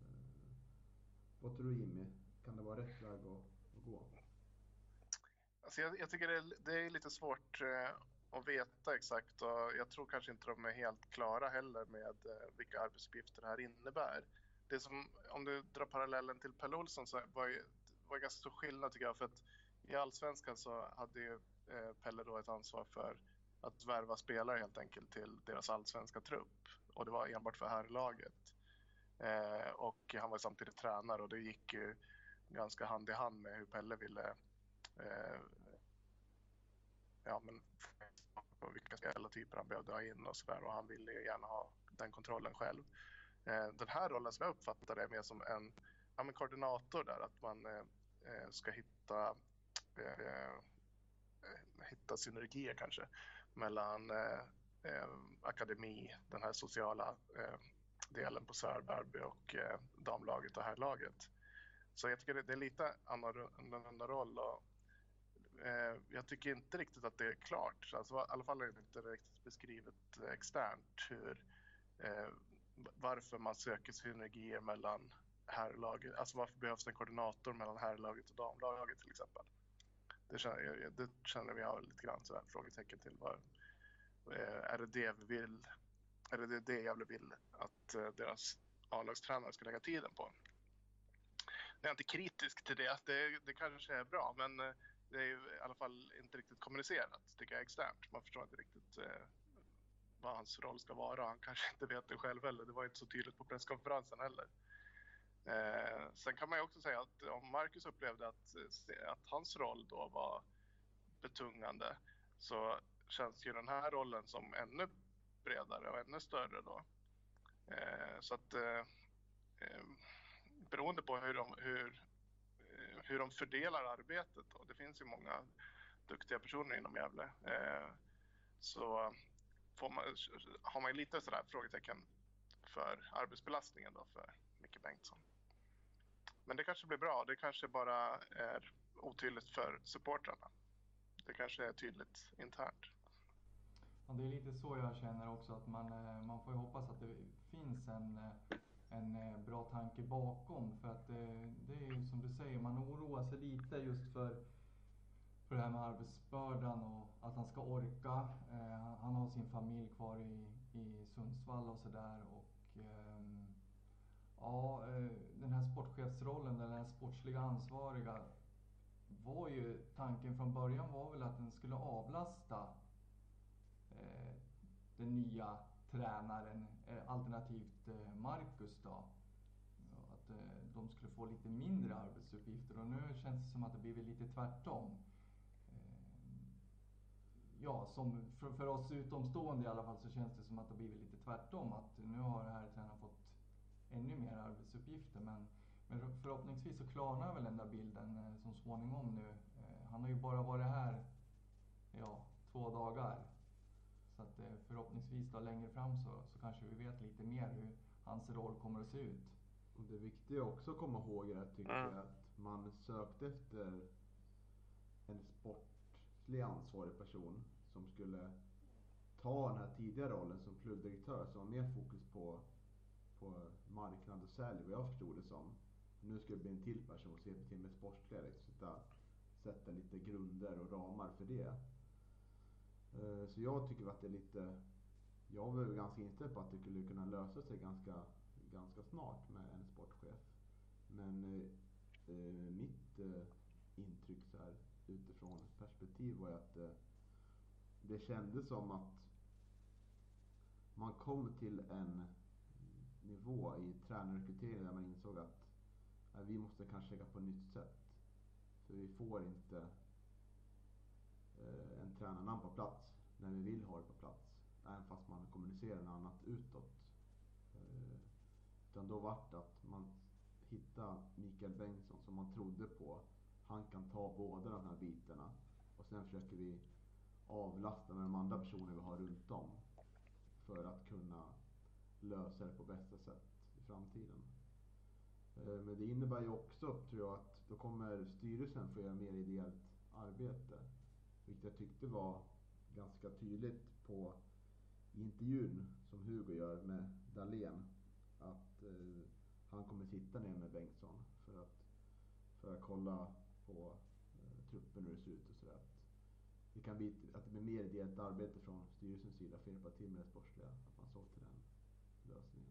Eh, vad tror du Jimmy? Kan det vara rätt väg att, att gå? Alltså jag, jag tycker det är, det är lite svårt eh, att veta exakt, och jag tror kanske inte de är helt klara heller med eh, vilka arbetsuppgifter det här innebär. Det som, om du drar parallellen till Pelle Olsson, så var det var ganska stor skillnad tycker jag, för att i Allsvenskan så hade ju eh, Pelle då ett ansvar för att värva spelare helt enkelt till deras allsvenska trupp, och det var enbart för herrlaget. Eh, och han var samtidigt tränare, och det gick ju ganska hand i hand med hur Pelle ville eh, ja, men vilka spelartyper han behövde ha in och sådär, och han ville ju gärna ha den kontrollen själv. Eh, den här rollen som jag uppfattar det mer som en, ja, men koordinator där, att man eh, ska hitta eh, hitta synergier kanske mellan eh, eh, akademi, den här sociala eh, delen på Sörberby och eh, damlaget och herrlaget. Så jag tycker det, det är lite annorlunda roll, och eh, jag tycker inte riktigt att det är klart. Alltså, i alla fall är det inte riktigt beskrivet externt hur, eh, varför man söker synergier mellan herrlaget. Alltså varför behövs det en koordinator mellan herrlaget och damlaget till exempel. Det känner, det känner vi har lite grann sådär frågetecken till. Var, eh, är det det vi vill? Är det det Gävle vill att eh, deras A-lagstränare ska lägga tiden på? Jag är inte kritisk till det. Det, det kanske är bra, men eh, det är ju i alla fall inte riktigt kommunicerat, tycker jag, externt. Man förstår inte riktigt eh, vad hans roll ska vara. Han kanske inte vet det själv heller. Det var inte så tydligt på presskonferensen heller. Eh, sen kan man ju också säga att om Marcus upplevde att, att hans roll då var betungande, så känns ju den här rollen som ännu bredare och ännu större då. Eh, så att eh, eh, beroende på hur de, hur, hur de fördelar arbetet då, det finns ju många duktiga personer inom Gävle, eh, så får man, har man ju lite sådär frågetecken för arbetsbelastningen då för Micke Bengtsson. Men det kanske blir bra. Det kanske bara är otydligt för supportrarna. Det kanske är tydligt internt. Ja, det är lite så jag känner också, att man, man får ju hoppas att det finns en, en bra tanke bakom. För att det, det är ju som du säger, man oroar sig lite just för, för det här med arbetsbördan och att han ska orka. Eh, han har sin familj kvar i, i Sundsvall och sådär. Och eh, ja, den här sportchefsrollen, den här sportsliga ansvariga, var ju tanken från början var väl att den skulle avlasta eh, den nya tränaren, eh, alternativt eh, Marcus då. Att eh, de skulle få lite mindre arbetsuppgifter, och nu känns det som att det blir lite tvärtom. Eh, ja, som för, för oss utomstående i alla fall, så känns det som att det blir lite tvärtom. Att nu har det här tränaren fått ännu mer arbetsuppgifter, men, men förhoppningsvis så klarnar väl den där bilden eh, som småningom nu. Eh, han har ju bara varit här ja, två dagar, så att eh, förhoppningsvis då längre fram så, så kanske vi vet lite mer hur hans roll kommer att se ut. Och det viktiga också att komma ihåg är, tycker jag, att man sökte efter en sportlig ansvarig person som skulle ta den här tidigare rollen som klubbdirektör, som har mer fokus på på marknad och sälj, vad jag förstod det som. Nu ska det bli en till person som hjälper till med sportliga, liksom, sätta lite grunder och ramar för det. Så jag tycker att det är lite, jag var ganska inställd på att det skulle kunna lösa sig ganska, ganska snart med en sportchef. Men eh, mitt eh, intryck så här utifrån perspektiv var att eh, det kändes som att man kom till en nivå i tränarrekryteringen där man insåg att äh, vi måste kanske lägga på ett nytt sätt. För vi får inte eh, en tränarnamn på plats när vi vill ha det på plats. Även fast man kommunicerar något annat utåt. Eh, utan då var det att man hittade Mikael Bengtsson som man trodde på. Han kan ta båda de här bitarna. Och sen försöker vi avlasta med de andra personer vi har runt om. För att kunna lösa det på bästa sätt i framtiden. Men det innebär ju också, tror jag, att då kommer styrelsen få göra mer ideellt arbete. Vilket jag tyckte var ganska tydligt på intervjun som Hugo gör med Dahlén. Att eh, han kommer sitta ner med Bengtsson för att, för att kolla på eh, truppen hur det ser ut och sådär. kan bli, att det blir mer ideellt arbete från styrelsens sida för att hjälpa till med det sportsliga, att man såg till den lösningen.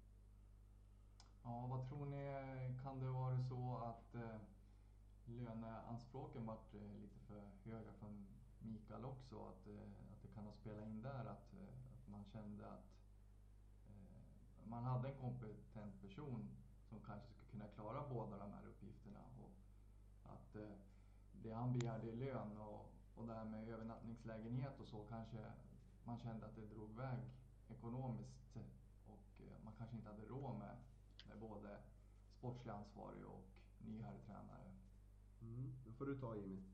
Ja, vad tror ni, kan det vara så att eh, löneanspråken varit eh, lite för höga från Mikael också, att, eh, att det kan ha spelat in där, att, eh, att man kände att eh, man hade en kompetent person som kanske skulle kunna klara båda de här uppgifterna, och att eh, det han begärde i lön och, och det här med övernattningslägenhet och så, kanske man kände att det drog iväg ekonomiskt och eh, man kanske inte hade råd med, med både sportslig ansvarig och ny herrtränare. Mm, då får du ta, Jimmy.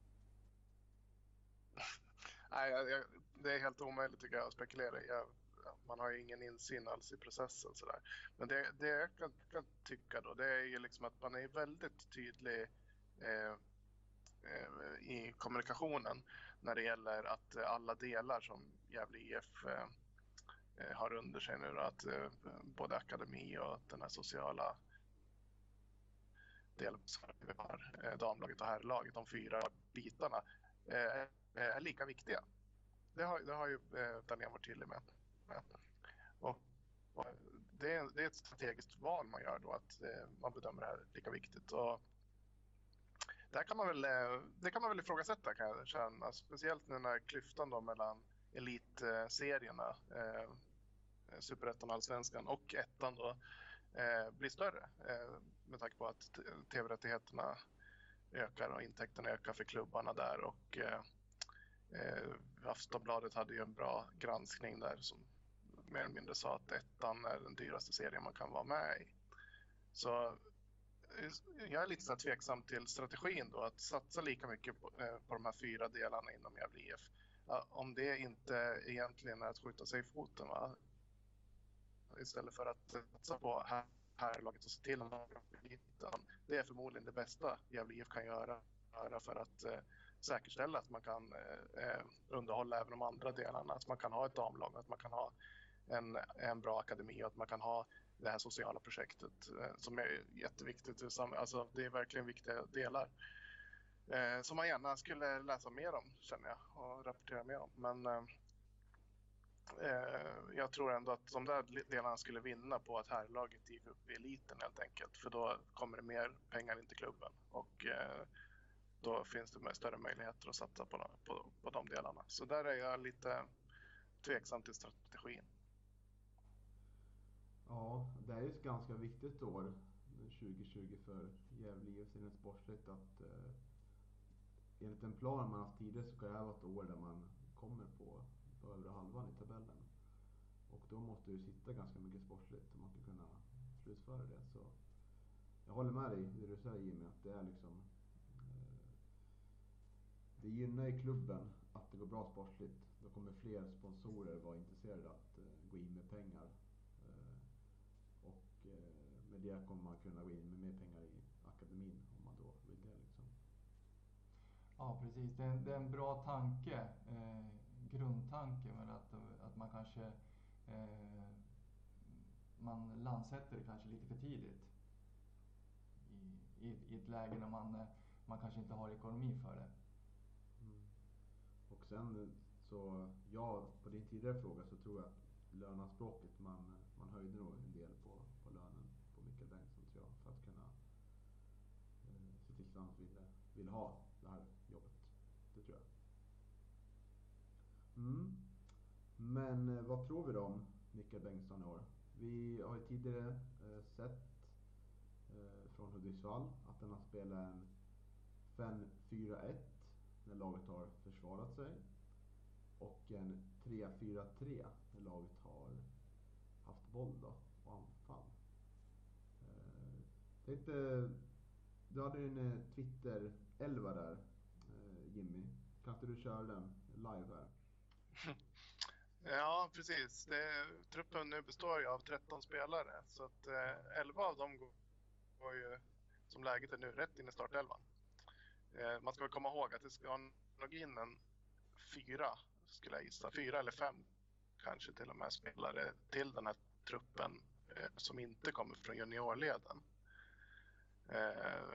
Nej, jag, jag, det är helt omöjligt tycker jag att spekulera i. Jag, man har ju ingen insyn alls i processen sådär. Men det, det jag kan, kan tycka då, det är ju liksom att man är väldigt tydlig eh, eh, i kommunikationen när det gäller att eh, alla delar som Gävle I F eh, eh, har under sig nu då, att eh, både akademi och den här sociala delen som vi har, eh, damlaget och herrlaget, de fyra bitarna eh, är lika viktiga. Det har, det har ju eh, Daniel varit tydlig med. Och, och det, är, det är ett strategiskt val man gör då, att eh, man bedömer det här lika viktigt. Och där kan man väl, eh, det kan man väl ifrågasätta, kan jag känna. Speciellt nu när klyftan då mellan elitserierna, eh, Superettan, Allsvenskan och ettan då, eh, blir större. Eh, med tanke på att tv-rättigheterna ökar och intäkterna ökar för klubbarna där. Och eh, eh, Aftonbladet hade ju en bra granskning där som mer eller mindre sa att ettan är den dyraste serien man kan vara med i. Så jag är lite så tveksam till strategin då, att satsa lika mycket på, eh, på de här fyra delarna inom Gävle I F. Ja, om det inte egentligen är att skjuta sig i foten, va? Istället för att satsa på här, här laget och se till att det är förmodligen det bästa Gävle I F kan göra, göra för att eh, säkerställa att man kan eh, underhålla även de andra delarna. Att man kan ha ett damlag, att man kan ha en, en bra akademi och att man kan ha det här sociala projektet eh, som är jätteviktigt. Alltså, det är verkligen viktiga delar eh, som man gärna skulle läsa mer om, känner jag, och rapportera mer om. Men eh, eh, jag tror ändå att de där delarna skulle vinna på att herrlaget gick upp i eliten helt enkelt. För då kommer det mer pengar in till klubben och eh, då finns det större möjligheter att satsa på, på, på de delarna. Så där är jag lite tveksam till strategin. Ja, det är ju ett ganska viktigt år tjugo tjugo för Gävle I F rent sportsligt, att eh, enligt den plan man haft tidigare så ska det här vara ett år där man kommer på, på övre halvan i tabellen. Och då måste det ju sitta ganska mycket sportsligt om man ska kunna slutföra det. Så jag håller med dig i det du säger, Jimmy, att det är liksom eh, det gynnar i klubben att det går bra sportsligt. Då kommer fler sponsorer vara intresserade att eh, gå in med pengar. Eh, och eh, med det kommer man kunna gå in med mer pengar i akademin om man då vill det liksom. Ja, precis. Det är en, det är en bra tanke, eh, grundtanke, men att, att man kanske eh, man landsätter det kanske lite för tidigt i, i, i ett läge när man, man kanske inte har ekonomi för det. Mm. Och sen så, ja, på din tidigare fråga så tror jag att löneanspråket, man, man höjde nog en del på, på lönen på Mikael Bengtsson, tror jag, för att kunna eh, se till att han ville, ville ha det här jobbet. Det tror jag. Mm. Men eh, vad tror vi då om Mikael Bengtsson i år? Vi har ju tidigare eh, sett eh, från Hudiksvall att han har spelat en fem fyra ett när laget har försvarat sig. Och en tre fyra tre när laget har haft boll då, och anfall. Eh, tänkte, du hade ju en Twitter-elva där, eh, Jimmy. Kan inte du köra den live här? Ja, precis. Det, truppen nu består ju av tretton spelare. Så att eh, elva av dem går, går ju, som läget är nu, rätt in i startelvan. Eh, man ska väl komma ihåg att det ska nog in en fyra, skulle jag gissa. Fyra eller fem kanske till och med spelare till den här truppen eh, som inte kommer från juniorleden. Eh,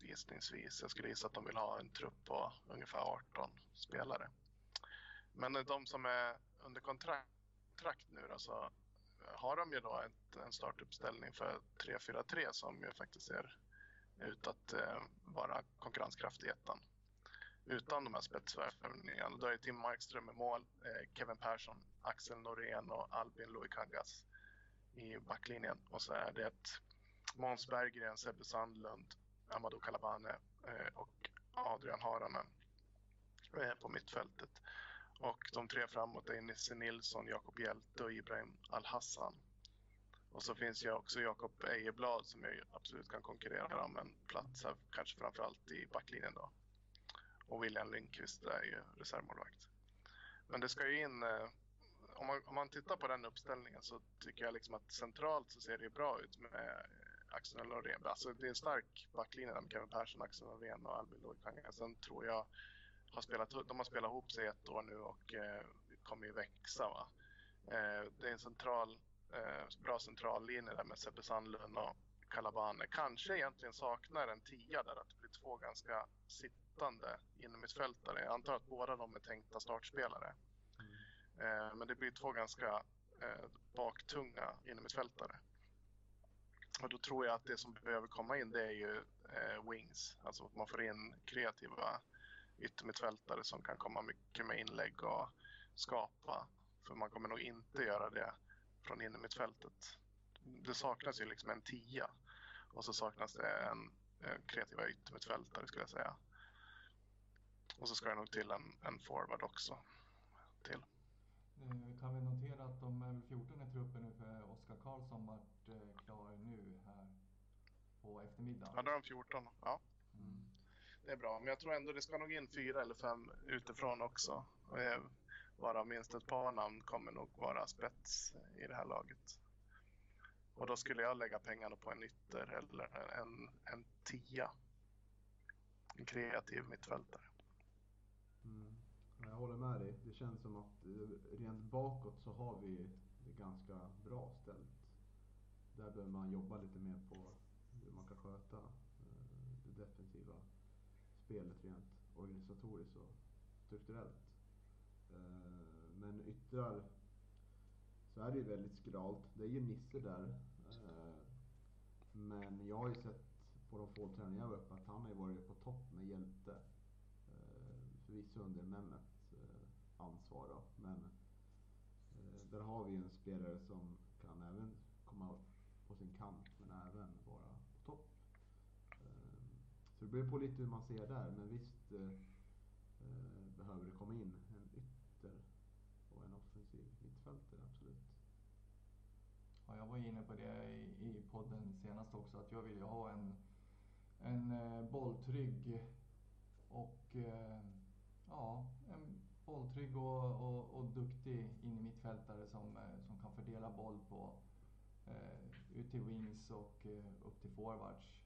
gissningsvis. Jag skulle gissa att de vill ha en trupp på ungefär arton spelare. Men de som är under kontrakt nu då, så har de ju då ett, en startuppställning för tre fyra tre som ju faktiskt ser ut att eh, vara konkurrenskraftig i ettan. Utan de här spetsvärvningarna. Då är Tim Markström i mål, eh, Kevin Persson, Axel Norén och Albin Loikangas i backlinjen. Och så är det ett Måns Berggren, Sebbe Sandlund, Amadou Kalabane eh, och Adrian Haranen eh, på mittfältet. Och de tre framåt är Nisse Nilsson, Jakob Hjälte och Ibrahim Al-Hassan. Och så finns ju också Jakob Ejeblad som jag absolut kan konkurrera om en plats här, kanske framförallt i backlinjen då. Och William Lindqvist är ju reservmålvakt. Men det ska ju in, eh, om, man, om man tittar på den uppställningen så tycker jag liksom att centralt så ser det ju bra ut med Axel Norén. Alltså det är en stark backlinje där med Kevin Persson, Axel Norén och Albin Loikangas. Sen tror jag har spelat, de har spelat ihop sig ett år nu och eh, kommer ju växa va. Eh, det är en central, eh, bra centrallinje där med Sebbe Sandlund och Kalabane. Kanske egentligen saknar en tia där, att det blir två ganska sittande innermittfältare. Jag antar att båda de är tänkta startspelare. Eh, men det blir två ganska eh, baktunga innermittfältare. Och då tror jag att det som behöver komma in det är ju eh, wings. Alltså att man får in kreativa yttermittfältare som kan komma mycket med inlägg och skapa. För man kommer nog inte göra det från innermittfältet. Det saknas ju liksom en tia. Och så saknas det en, en kreativa yttermittfältare skulle jag säga. Och så ska det nog till en, en forward också. Till. Vi kan väl notera att de är fjorton i truppen nu för Oskar Karlsson vart eh, klar nu här på eftermiddagen. Ja, då är de fjorton. Ja. Mm. Det är bra, men jag tror ändå det ska nog in fyra eller fem utifrån också. Eh, varav minst ett par namn kommer nog vara spets i det här laget. Och då skulle jag lägga pengarna på en ytter eller en, en tia. En kreativ mittfältare. Mm. Jag håller med dig. Det känns som att rent bakåt så har vi det ganska bra ställt. Där behöver man jobba lite mer på hur man kan sköta det defensiva spelet rent organisatoriskt och strukturellt. Men yttrar så är det ju väldigt skralt. Det är ju Nisse där. Men jag har ju sett på de få träningar jag var uppe att han har ju varit på topp med Hjälte. Förvisso under Mehmets ansvar då. Men där har vi ju en spelare som kan även komma på sin kant men även vara på topp. Så det beror på lite hur man ser där. Men visst behöver det komma in en ytter och en offensiv mittfältare, absolut. Ja, jag var inne på det i, i podden senast också, att jag vill ju ha en, en eh, bolltrygg och eh, ja, en bolltrygg och, och, och duktig in i mittfältare som, eh, som kan fördela boll på eh, ut till wings och eh, upp till forwards.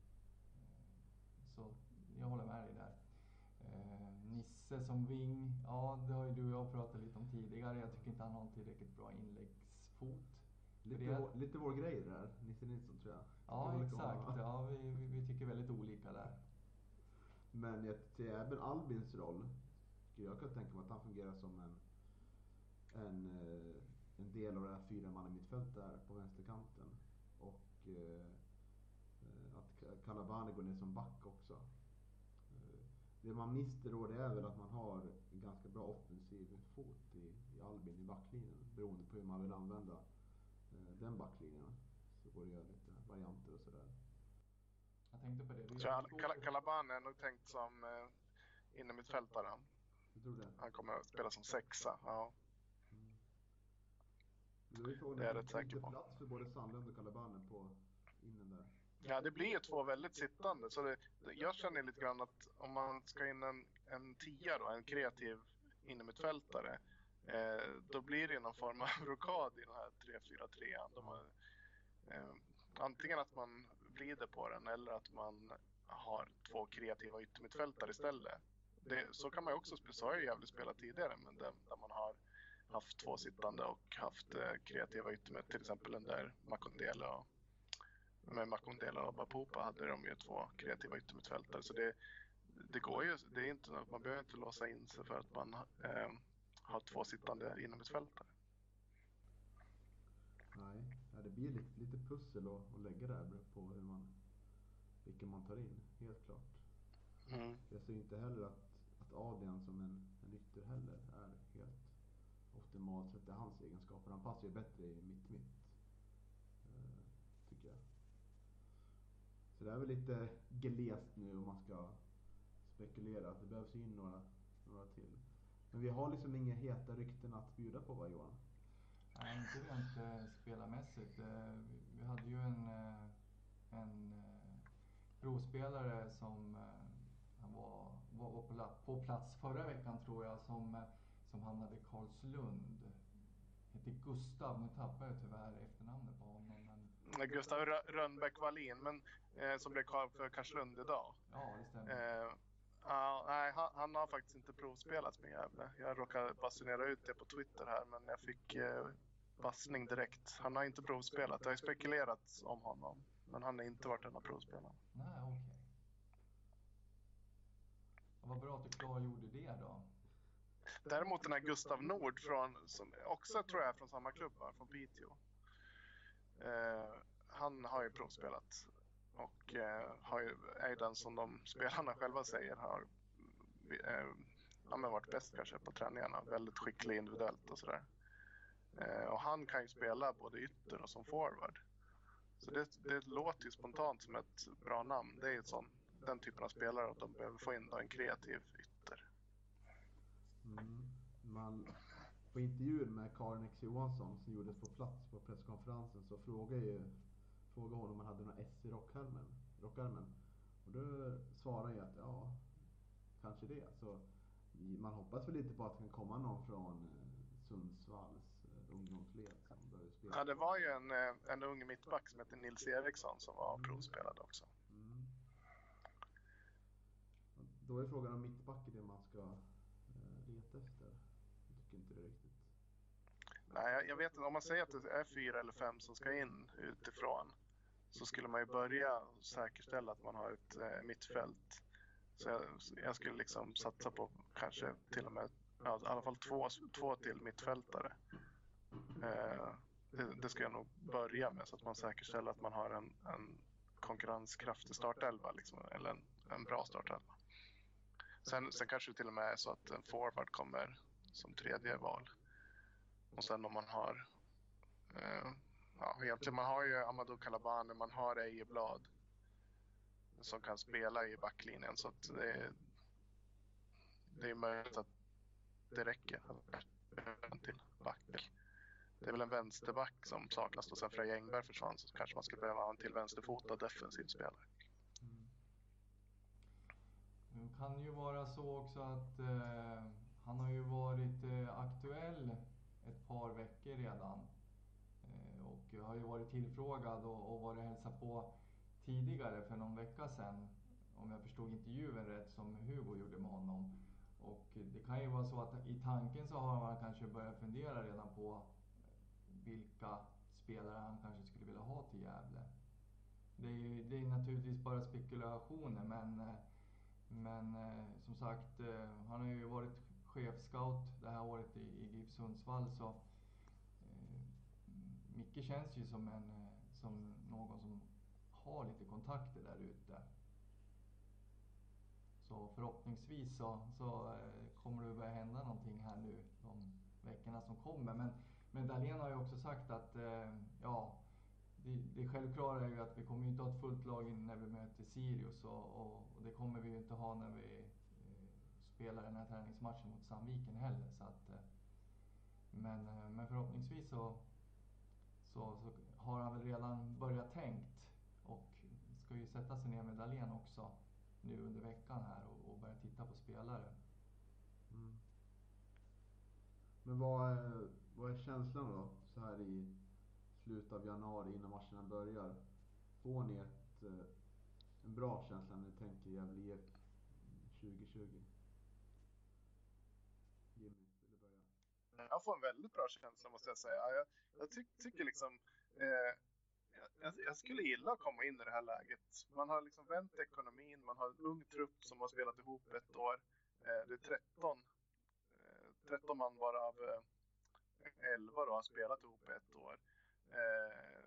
Så jag håller med dig där. Eh, Nisse som wing, ja det har ju du och jag pratat lite om tidigare. Jag tycker inte han har en tillräckligt bra inläggsfot. Lite, det... vår, lite vår grej där, Nisse Nilsson tror jag. Ja exakt, ja, vi, vi, vi tycker väldigt olika där. Men jag ser även Albins roll. Jag kan tänka mig att han fungerar som en, en, en del av det här fyra man i mittfält där på vänsterkanten. Och eh, att Kalabane går ner som back också. Det man mister då det är väl att man har en ganska bra offensiv fot i, i Albin i backlinjen. Beroende på hur man vill använda eh, den backlinjen. Så går det att göra lite varianter och sådär. Jag tänkte på det. det Så Kal- Kalabane är nog tänkt som eh, innermittfältare. Jag tror det. Han kommer att spela som sexa, ja. Mm. Det är, frågan, det är jag rätt säker på. Plats för både Sandlund och Kalabane på innen där. Ja, det blir ju två väldigt sittande. Så det, jag känner lite grann att om man ska in en, en tia då, en kreativ innermittfältare, eh, då blir det någon form av rokad i den här tre fyra tre. De har, eh, antingen att man vrider på den eller att man har två kreativa yttermittfältare istället. Det, så kan man ju också spela, så har jag jävligt spelat tidigare, men där, där man har haft två sittande och haft eh, kreativa yttermitt, till exempel den där Makondele och med Makondela och Bapupa hade de ju två kreativa yttermittfältare. Så det, det går ju, det är inte, man behöver inte låsa in sig för att man eh, har två sittande inomhusfältare. Nej, ja, det blir lite, lite pussel att, att lägga det här på hur man, vilken man tar in, helt klart. Mm. Jag ser inte heller att, att Adrian som en, en ytter heller är helt optimalt sett i hans egenskaper. Han passar ju bättre i mitt-mitt, eh, tycker jag. Så det är väl lite glest nu om man ska spekulera. Det behövs in några, några till. Men vi har liksom inga heta rykten att bjuda på, va, Johan? Nej, inte rent eh, spelarmässigt. Eh, vi, vi hade ju en, eh, en eh, provspelare som eh, han var, var på, plats, på plats förra veckan, tror jag, som, eh, som hamnade i Karlslund. Heter Gustav, nu tappar jag tyvärr efternamnet på honom. Men... Gustav Rönnbäck-Wallin, men eh, som blev kvar för Karlslund idag. Ja, det stämmer. Eh, ah, nej, han, han har faktiskt inte provspelat med Gävle. Jag råkade basunera ut det på Twitter här, men jag fick eh, bassning direkt. Han har inte provspelat. Det har spekulerats om honom, men han har inte varit en av provspelarna. Nej, okej. Okay. Vad bra att du klargjorde det då. Däremot den här Gustav Nord, från, som också tror jag är från samma klubb, från Piteå. Eh, han har ju provspelat och eh, har ju, är den som de spelarna själva säger har eh, ja, men varit bäst kanske på träningarna. Väldigt skicklig individuellt och sådär. Eh, och han kan ju spela både ytter och som forward. Så det, det låter ju spontant som ett bra namn. Det är ju sån, den typen av spelare att de behöver få in då en kreativ ytter. Mm. Man, på intervjun med Karin X Johansson som gjordes på plats på presskonferensen, så frågade ju frågade hon om man hade några S i rockärmen, rockärmen. Och då svarade jag att ja, kanske det. Så man hoppas väl lite på att det kan komma någon från Sundsvalls ungdomsled som börjar spela. Ja, det var ju en, en ung mittback som heter Nils Eriksson som var provspelad också. Mm. Då är frågan om mittback är det man ska leta efter. Jag tycker inte det riktigt. Nej, jag vet inte. Om man säger att det är fyra eller fem som ska in utifrån, så skulle man ju börja säkerställa att man har ett eh, mittfält. Så jag, jag skulle liksom satsa på kanske till och med ja, i alla fall två, två till mittfältare. Eh, det, det ska jag nog börja med, så att man säkerställer att man har en, en konkurrenskraftig startelva liksom, eller en, en bra startelva. Sen, sen kanske det till och med är så att en forward kommer som tredje val. Och sen om man har eh, ja, egentligen man har ju Amadou Kalabane, man har Ejeblad som kan spela i backlinjen, så att det är, det är möjligt att det räcker till back. Det är väl en vänsterback som saknas, och sen Freja Engberg försvann, så kanske man skulle behöva ha en till vänsterfotad defensiv spelare. Mm. Det kan ju vara så också att eh, han har ju varit eh, aktuell ett par veckor redan. Eh, och har ju varit tillfrågad och, och varit hälsa på tidigare för någon vecka sedan. Om jag förstod intervjun rätt som Hugo gjorde med honom. Och det kan ju vara så att i tanken så har man kanske börjat fundera redan på vilka spelare han kanske skulle vilja ha till Gävle. Det är ju det är naturligtvis bara spekulationer, men, men som sagt, han har ju varit chefscout det här året i, i GIF Sundsvall, så eh, Micke känns ju som, en, som någon som har lite kontakter där ute. Så förhoppningsvis så, så eh, kommer det börja hända någonting här nu de veckorna som kommer. Men, men Dahlén har ju också sagt att eh, ja, det, det självklara är ju att vi kommer inte ha ett fullt lag när vi möter Sirius, och, och, och det kommer vi ju inte ha när vi eh, spelar den här träningsmatchen mot Sandviken heller. Så att, eh, men, eh, men förhoppningsvis så, så, så har han väl redan börjat tänkt, och ska ju sätta sig ner med Dahlén också nu under veckan här och, och börja titta på spelare. Mm. Men vad är, vad är känslan då så här i slutet av januari innan matcherna börjar? Får ni ett, en bra känsla när ni tänker Gävle I F tjugo tjugo? Jimmy, vill du börja? Jag får en väldigt bra känsla, måste jag säga. Jag, jag ty- tycker liksom eh, jag, jag skulle gilla att komma in i det här läget. Man har liksom vänt ekonomin, man har en ung trupp som har spelat ihop ett år. Eh, det är tretton, eh, tretton man varav eh, elva då har spelat ihop ett år. Eh,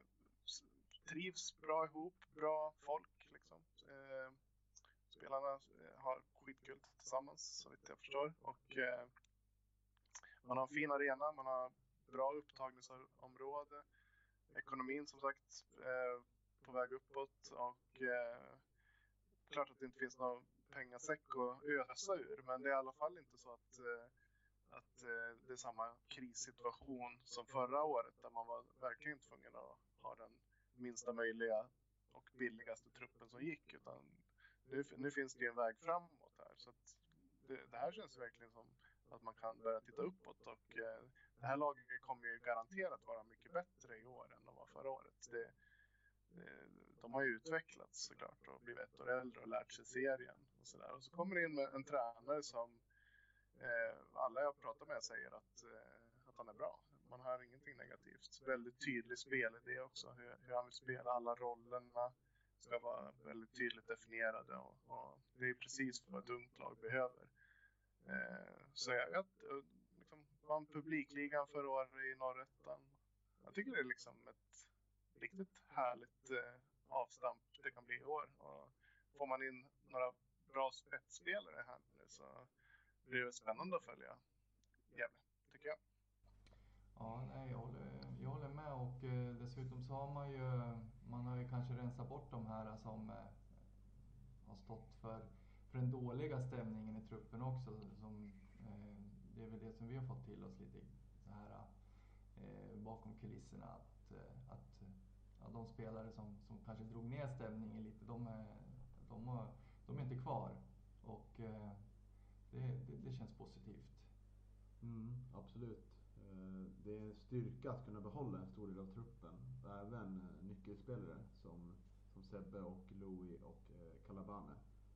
trivs bra ihop, bra folk liksom. Eh, spelarna har skitkul tillsammans så vitt jag förstår. Och eh, man har en fin arena, man har bra upptagningsområde. Ekonomin som sagt eh, på väg uppåt och eh, klart att det inte finns någon pengasäck att ösa ur, men det är i alla fall inte så att, eh, att eh, det är samma krissituation som förra året där man var verkligen tvungen att ha den minsta möjliga och billigaste truppen som gick, utan nu, nu finns det en väg framåt här, så att det, det här känns verkligen som att man kan börja titta uppåt och eh, det här laget kommer ju garanterat vara mycket bättre i år än de var förra året. Det, det, de har ju utvecklats såklart och blivit ett år äldre och lärt sig serien och sådär. Och så kommer det in en tränare som eh, alla jag pratar med säger att, eh, att han är bra. Man hör ingenting negativt. Väldigt tydlig spelidé också, hur, hur han vill spela. Alla rollerna ska vara väldigt tydligt definierade och, och det är precis vad ett ungt lag behöver. Eh, så jag vet, liksom, vann publikligan förra året i Norrettan. Jag tycker det är liksom ett riktigt härligt eh, avstamp det kan bli i år. Och får man in några bra spetsspelare här nu så blir det spännande att följa Gävle, tycker jag. Ja, nej, jag håller, jag håller med och eh, dessutom så har man ju, man har ju kanske rensat bort de här som eh, har stått för, för den dåliga stämningen i truppen också. Som, eh, det är väl det som vi har fått till oss lite så här eh, bakom kulisserna. Att, eh, att ja, de spelare som, som kanske drog ner stämningen lite, de är, de är, de är inte kvar. Och eh, det, det, det känns positivt. Mm, absolut. Det är en styrka att kunna behålla en stor del av truppen. Även nyckelspelare som, som Sebbe och Louis och eh, Calabane.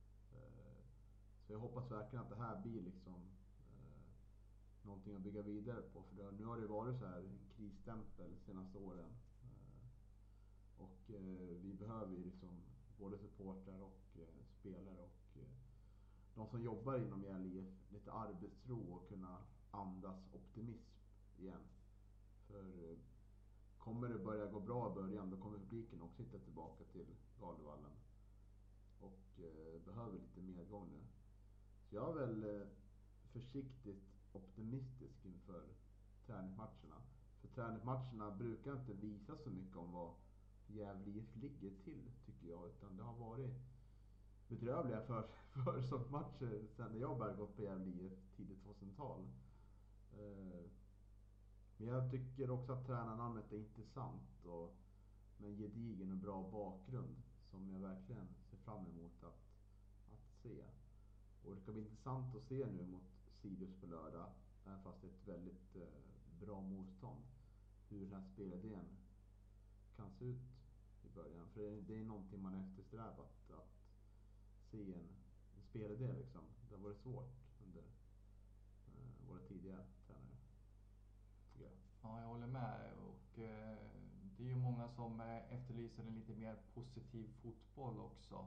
Så jag hoppas verkligen att det här blir liksom eh, någonting att bygga vidare på. För då, nu har det varit så här en krisstämpel de senaste åren. Eh, och eh, vi behöver ju liksom både supportrar och eh, spelare och eh, de som jobbar inom Gävle I F lite arbetsro och kunna andas optimism igen. För eh, kommer det börja gå bra i början, då kommer publiken också hitta tillbaka till Galevallen. Och eh, behöver lite medgång nu. Så jag är väl eh, försiktigt optimistisk inför träningsmatcherna. För träningsmatcherna brukar inte visa så mycket om vad Gävle I F ligger till, tycker jag. Utan det har varit bedrövliga för, för matcher sen när jag började gå på Gävle I F tidigt tvåtusental. Eh, men jag tycker också att tränarnamnet är intressant och med en gedigen och bra bakgrund som jag verkligen ser fram emot att, att se. Och det ska bli intressant att se nu mot Sirius på lördag, även fast det är ett väldigt eh, bra motstånd, hur den här spelidén kan se ut i början. För det, det är någonting man eftersträvat, att se en, en spelidé liksom. Det har varit svårt under eh, våra tidigare tränare, tycker jag. Ja, jag håller med och eh, det är ju många som eh, efterlyser en lite mer positiv fotboll också.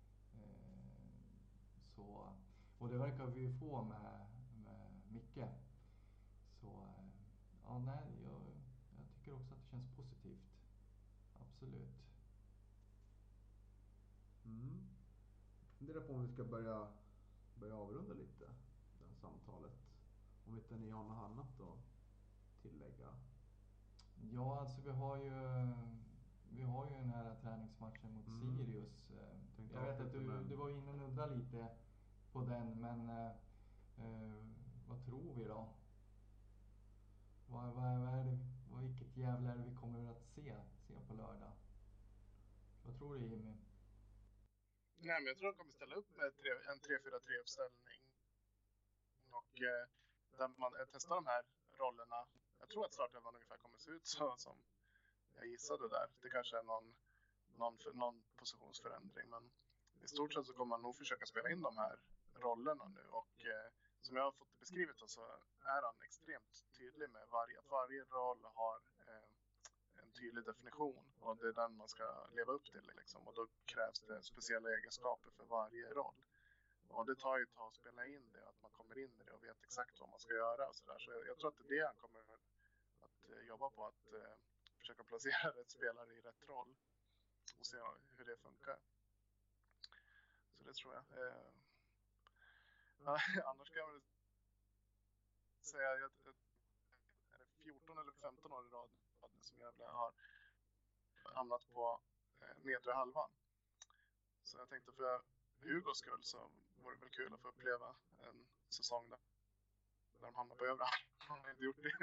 Eh, så, och det verkar vi ju få med, med Micke. Så eh, ja, nej, jag, jag tycker också att det känns positivt. Absolut. Mm. Jag funderar på om vi ska börja, börja avrunda lite det här samtalet. Om inte ni har något annat att tillägga. Ja, alltså vi har ju vi har ju den här träningsmatchen mot mm. Sirius. Tänkte jag vet att du, du var inne och nudda lite på den, men eh, vad tror vi då? Vad, vad, vad är det, vad, vilket jävla är det vi kommer att se, se på lördag? Vad tror du, Jimmy? Nej, men jag tror att de kommer ställa upp med tre, en tre fyra tre uppställning. Och eh, där man testar de här rollerna. Jag tror att startelvan ungefär kommer se ut så som jag gissade där. Det kanske är någon, någon, någon positionsförändring. Men i stort sett så kommer man nog försöka spela in de här rollerna nu. Och eh, som jag har fått det beskrivet så är han extremt tydlig med varje, att varje roll har eh, en tydlig definition och det är den man ska leva upp till liksom. Och då krävs det speciella egenskaper för varje roll. Och det tar ju ett tag att spela in det, att man kommer in i det och vet exakt vad man ska göra och sådär. Så jag, jag tror att det är det han kommer att uh, jobba på, att uh, försöka placera rätt spelare i rätt roll och se hur det funkar. Så det tror jag. Uh, ja, annars kan jag väl säga att är det fjorton eller femton år i rad som Gävle har hamnat på uh, nedre halvan. Så jag tänkte för Hugos skull så var det väl kul att få uppleva en säsong där, där de hamnar på övre. Han har inte gjort det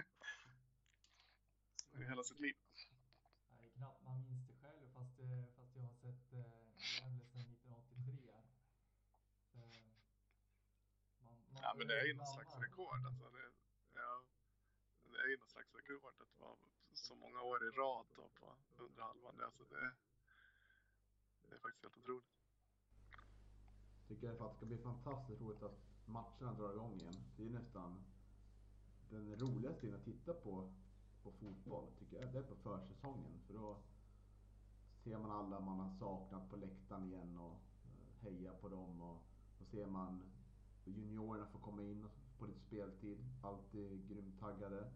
i hela sitt liv. Nej, knappt man minns det själv, fast, det, fast jag har sett eh, Gävle sedan nittonhundraåttiotre. Så, man, man ja, men det är ju någon slags rekord. Alltså det, ja, det är ju någon slags rekord att vara så många år i rad då på under halvan. Alltså det, det är faktiskt helt otroligt. Tycker jag att det ska bli fantastiskt roligt att matcherna drar igång igen. Det är nästan den roligaste tiden att titta på på fotboll, tycker jag. Det är på försäsongen, för då ser man alla man har saknat på läktaren igen och heja på dem, och då ser man juniorerna få komma in på lite speltid, alltid grymt taggade.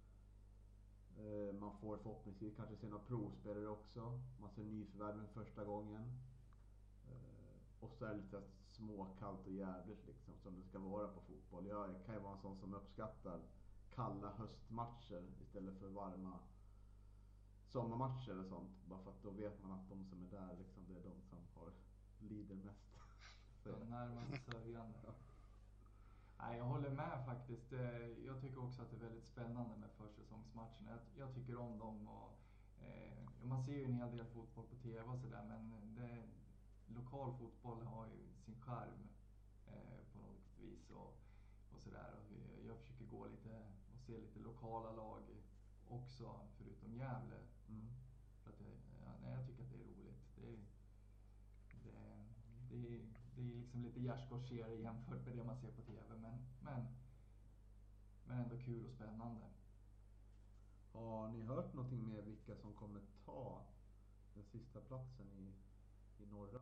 Man får förhoppningsvis kanske se några provspelare också. Man ser nyförvärven första gången. Och så är det lite småkallt och jävligt liksom, som det ska vara på fotboll. Jag kan ju vara en sån som uppskattar kalla höstmatcher istället för varma sommarmatcher eller sånt. Bara för att då vet man att de som är där liksom, det är de som har lider mest. De närmast sörjande. Nej, jag håller med faktiskt. Jag tycker också att det är väldigt spännande med försäsongsmatcherna. Jag, jag tycker om dem och eh, man ser ju en hel del fotboll på tv och sådär, men det, lokal fotboll har ju sin charm eh, på något vis och, och sådär. Och jag försöker gå lite och se lite lokala lag också, förutom Gävle. Mm. För att jag, ja, nej, jag tycker att det är roligt. Det är, det, det är, det är liksom lite gärdsgårdsserie jämfört med det man ser på tv, men, men, men ändå kul och spännande. Har ni hört någonting med vilka som kommer ta den sista platsen i, i norra?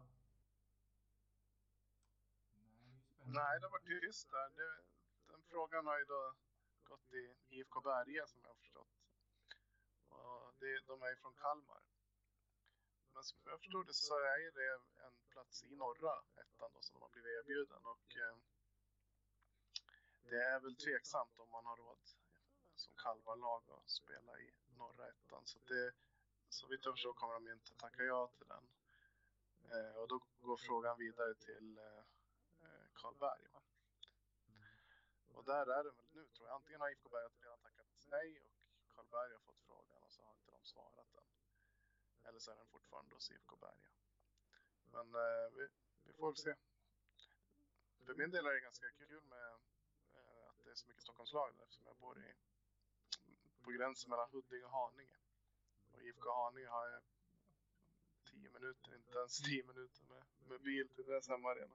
Nej, det har varit tyst där. Det, den frågan har ju då gått i I F K Berge, som jag har förstått. Och det, de är ju från Kalmar. Men som jag förstod det så är det en plats i norra ettan då som de har blivit erbjuden. Och eh, det är väl tveksamt om man har råd som Kalmar-lag att spela i norra ettan. Så det, så vitt jag förstår kommer de inte tacka ja till den. Eh, och då går frågan vidare till eh, Karlberg. Va? Mm. Och där är det väl nu, tror jag. Antingen har I F K Berga redan tackat nej och Karlberg har fått frågan och så har inte de svarat än. Eller så är den fortfarande hos I F K Berga. Men eh, vi, vi får väl se. För min del är det ganska kul med eh, att det är så mycket Stockholmslag där, eftersom jag bor i, på gränsen mellan Huddinge och Haninge. Och I F K Haninge har jag tio minuter, inte ens tio minuter med, med bil till deras hemmaarena.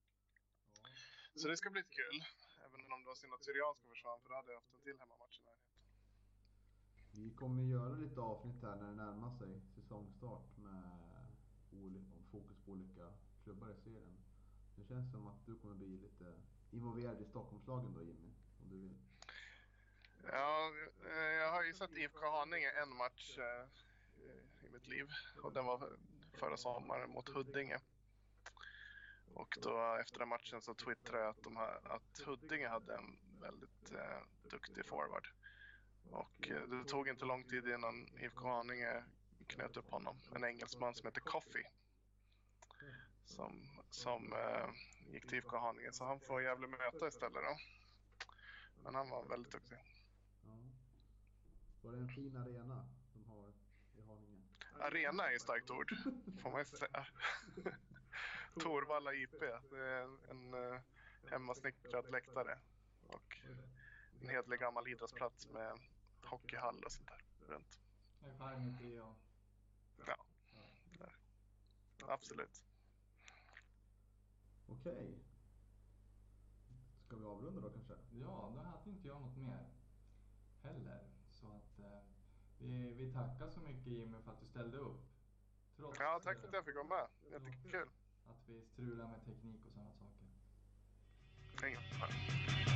Så det ska bli lite kul, även om det var synd att Syrianska försvann, för då hade jag haft en till hemmamatch i närheten. Vi kommer göra lite avsnitt här när det närmar sig säsongstart med fokus på olika klubbar i serien. Det känns som att du kommer bli lite involverad i Stockholmslagen då, Jimmy, om du vill. Ja, jag har ju sett I F K Haninge en match eh, i mitt liv, och den var förra sommaren mot Huddinge. Och då efter den matchen så twittrade jag att, de här, att Huddinge hade en väldigt eh, duktig forward. Och eh, det tog inte lång tid innan I F K Haninge knöt upp honom. En engelsman som heter Coffey. Som, som eh, gick till I F K Haninge. Så han får jävla möta istället då. Men han var väldigt duktig. Ja. Var det en fin arena de har i Haninge? Arena är ett starkt ord, får man säga. Torvalla I P. Det är en, en uh, hemmasnickrad läktare. Och en hedlig gammal idrottsplats med hockeyhall och sånt där runt. Det är charmigt det, ja. Ja, ja. Absolut. Okej. Ska vi avrunda då kanske? Ja, då hade inte jag något mer heller. Så att eh, vi, Vi, vi tackar så mycket Jimmy för att du ställde upp. Trots Ja, tack för att jag fick vara med. Jättekul. att vi strular med teknik och sådana saker. Ingen fara.